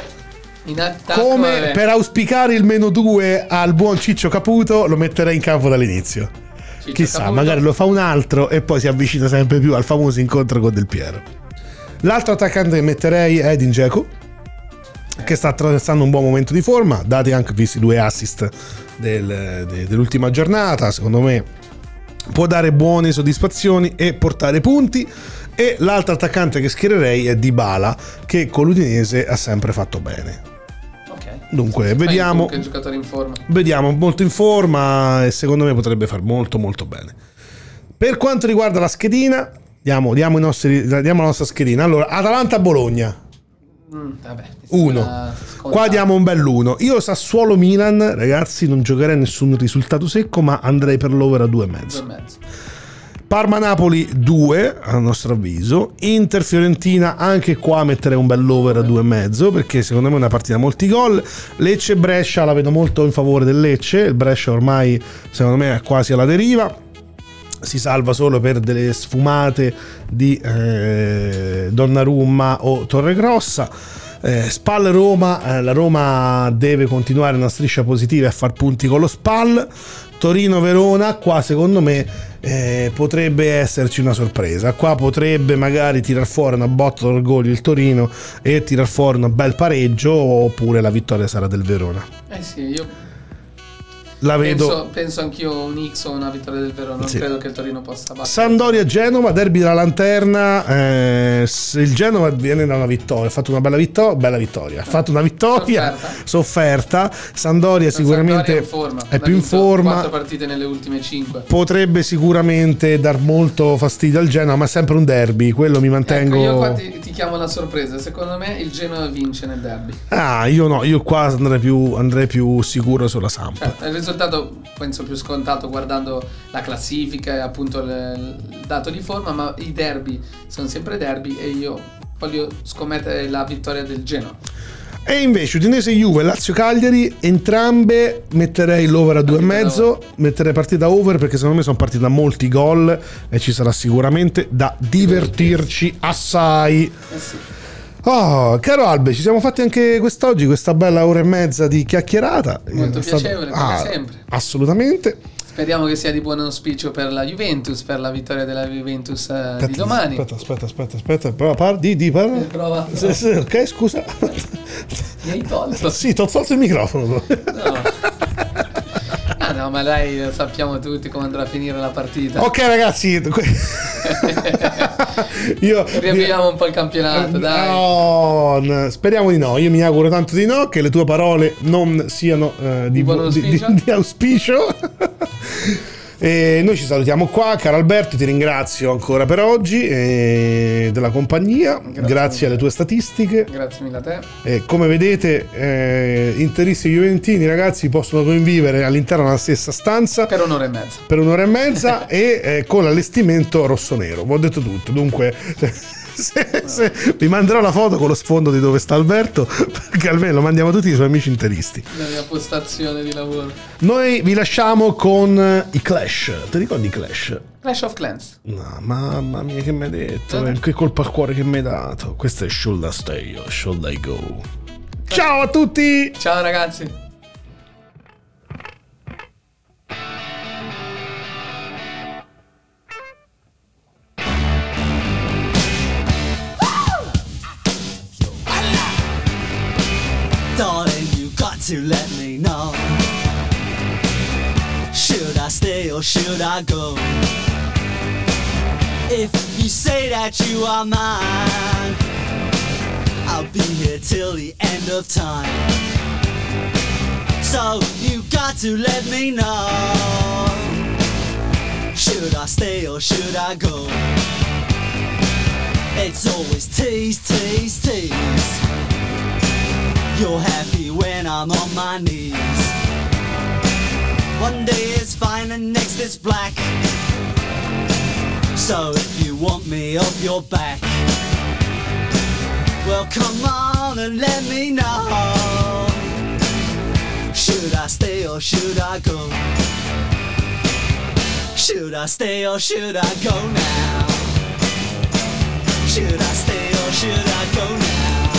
come per auspicare il -2 al buon Ciccio Caputo, lo metterei in campo dall'inizio. Chissà, Caputo. Magari lo fa un altro e poi si avvicina sempre più al famoso incontro con Del Piero. L'altro attaccante che metterei è Edin Dzeko, che sta attraversando un buon momento di forma, dati anche visti 2 assist dell'ultima giornata. Secondo me può dare buone soddisfazioni e portare punti. E l'altro attaccante che schiererei è Dybala, che con l'Udinese ha sempre fatto bene. Dunque vediamo, che giocatore in forma. Vediamo, molto in forma, e secondo me potrebbe far molto molto bene. Per quanto riguarda la schedina, diamo la nostra schedina. Allora, Atalanta-Bologna 1. Qua diamo un bell'1. Io Sassuolo Milan, ragazzi, non giocherei nessun risultato secco, ma andrei per l'over a 2,5. Parma-Napoli 2 a nostro avviso. Inter-Fiorentina, anche qua metterei un bel over a 2,5, perché secondo me è una partita a molti gol. Lecce-Brescia la vedo molto in favore del Lecce. Il Brescia ormai secondo me è quasi alla deriva, si salva solo per delle sfumate di Donnarumma o Torregrossa. Spal Roma, la Roma deve continuare una striscia positiva e far punti con lo Spal. Torino Verona, qua secondo me potrebbe esserci una sorpresa. Qua potrebbe magari tirar fuori una botta d'orgoglio il Torino e tirar fuori un bel pareggio, oppure la vittoria sarà del Verona. Sì, io la vedo. Penso anch'io un X o una vittoria del Verona. Non credo che il Torino possa battere. Sampdoria-Genova, derby della lanterna. Il Genova viene da una vittoria, ha fatto una bella vittoria. Ha fatto una vittoria sofferta. Sampdoria sicuramente è più in forma. 4 partite nelle ultime 5. Potrebbe sicuramente dar molto fastidio al Genova, ma è sempre un derby, quello mi mantengo. Io qua ti chiamo la sorpresa. Secondo me il Genova vince nel derby. Io no, io qua andrei più sicuro sulla Samp. Il risultato penso più scontato guardando la classifica e appunto il dato di forma, ma i derby sono sempre derby e io voglio scommettere la vittoria del Genoa. E invece Udinese-Juve, Lazio-Cagliari, entrambe metterei l'over a 2,5, metterei partita over, perché secondo me sono partite a molti gol e ci sarà sicuramente da divertirci assai. Sì. Oh, caro Albe, ci siamo fatti anche quest'oggi questa bella ora e mezza di chiacchierata. Molto piacevole, come sempre. Assolutamente. Speriamo che sia di buon auspicio per la Juventus, per la vittoria della Juventus di domani. Aspetta. Prova. Prova. Ok, scusa. Mi hai tolto? Sì, ti ho tolto il microfono. No, ma dai, sappiamo tutti come andrà a finire la partita. Ok, ragazzi. Riavviamo un po' il campionato, dai. No, speriamo di no. Io mi auguro tanto di no, che le tue parole non siano di auspicio. E noi ci salutiamo qua, caro Alberto, ti ringrazio ancora per oggi della compagnia, grazie alle tue statistiche. Grazie mille a te. Come vedete, interisti e juventini, ragazzi, possono convivere all'interno della stessa stanza Per un'ora e mezza. e con l'allestimento rosso-nero. Vi ho detto tutto, dunque... vi manderò la foto con lo sfondo di dove sta Alberto, perché almeno lo mandiamo tutti i suoi amici interisti. La mia postazione di lavoro. Noi vi lasciamo con i Clash. Ti ricordi i Clash? Clash of Clans. No, mamma mia, che mi hai detto? Che colpo al cuore che mi hai dato. Questo è Should I Stay or Should I Go? Ciao a tutti. Ciao ragazzi. Darling, you got to let me know. Should I stay or should I go? If you say that you are mine, I'll be here till the end of time. So you got to let me know. Should I stay or should I go? It's always tease, tease, tease. You're happy when I'm on my knees. One day it's fine and next it's black. So if you want me off your back, well come on and let me know. Should I stay or should I go? Should I stay or should I go now? Should I stay or should I go now?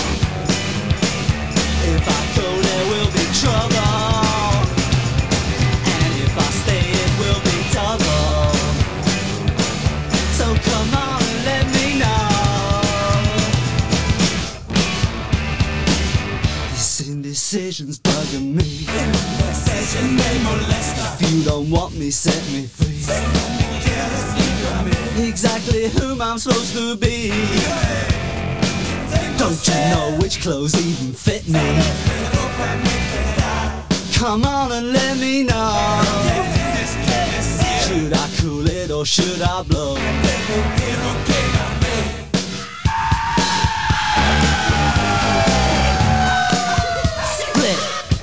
If I go there will be trouble, and if I stay it will be double. So come on and let me know. This indecision's bugging me. If you don't want me, set me free. Exactly whom I'm supposed to be. Don't you know which clothes even fit me? Come on and let me know. Should I cool it or should I blow? Split.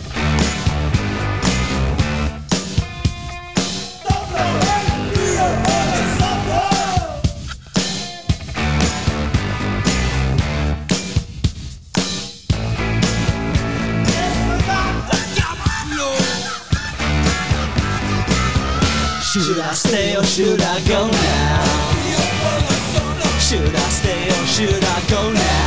Should I stay or should I go now? Should I stay or should I go now?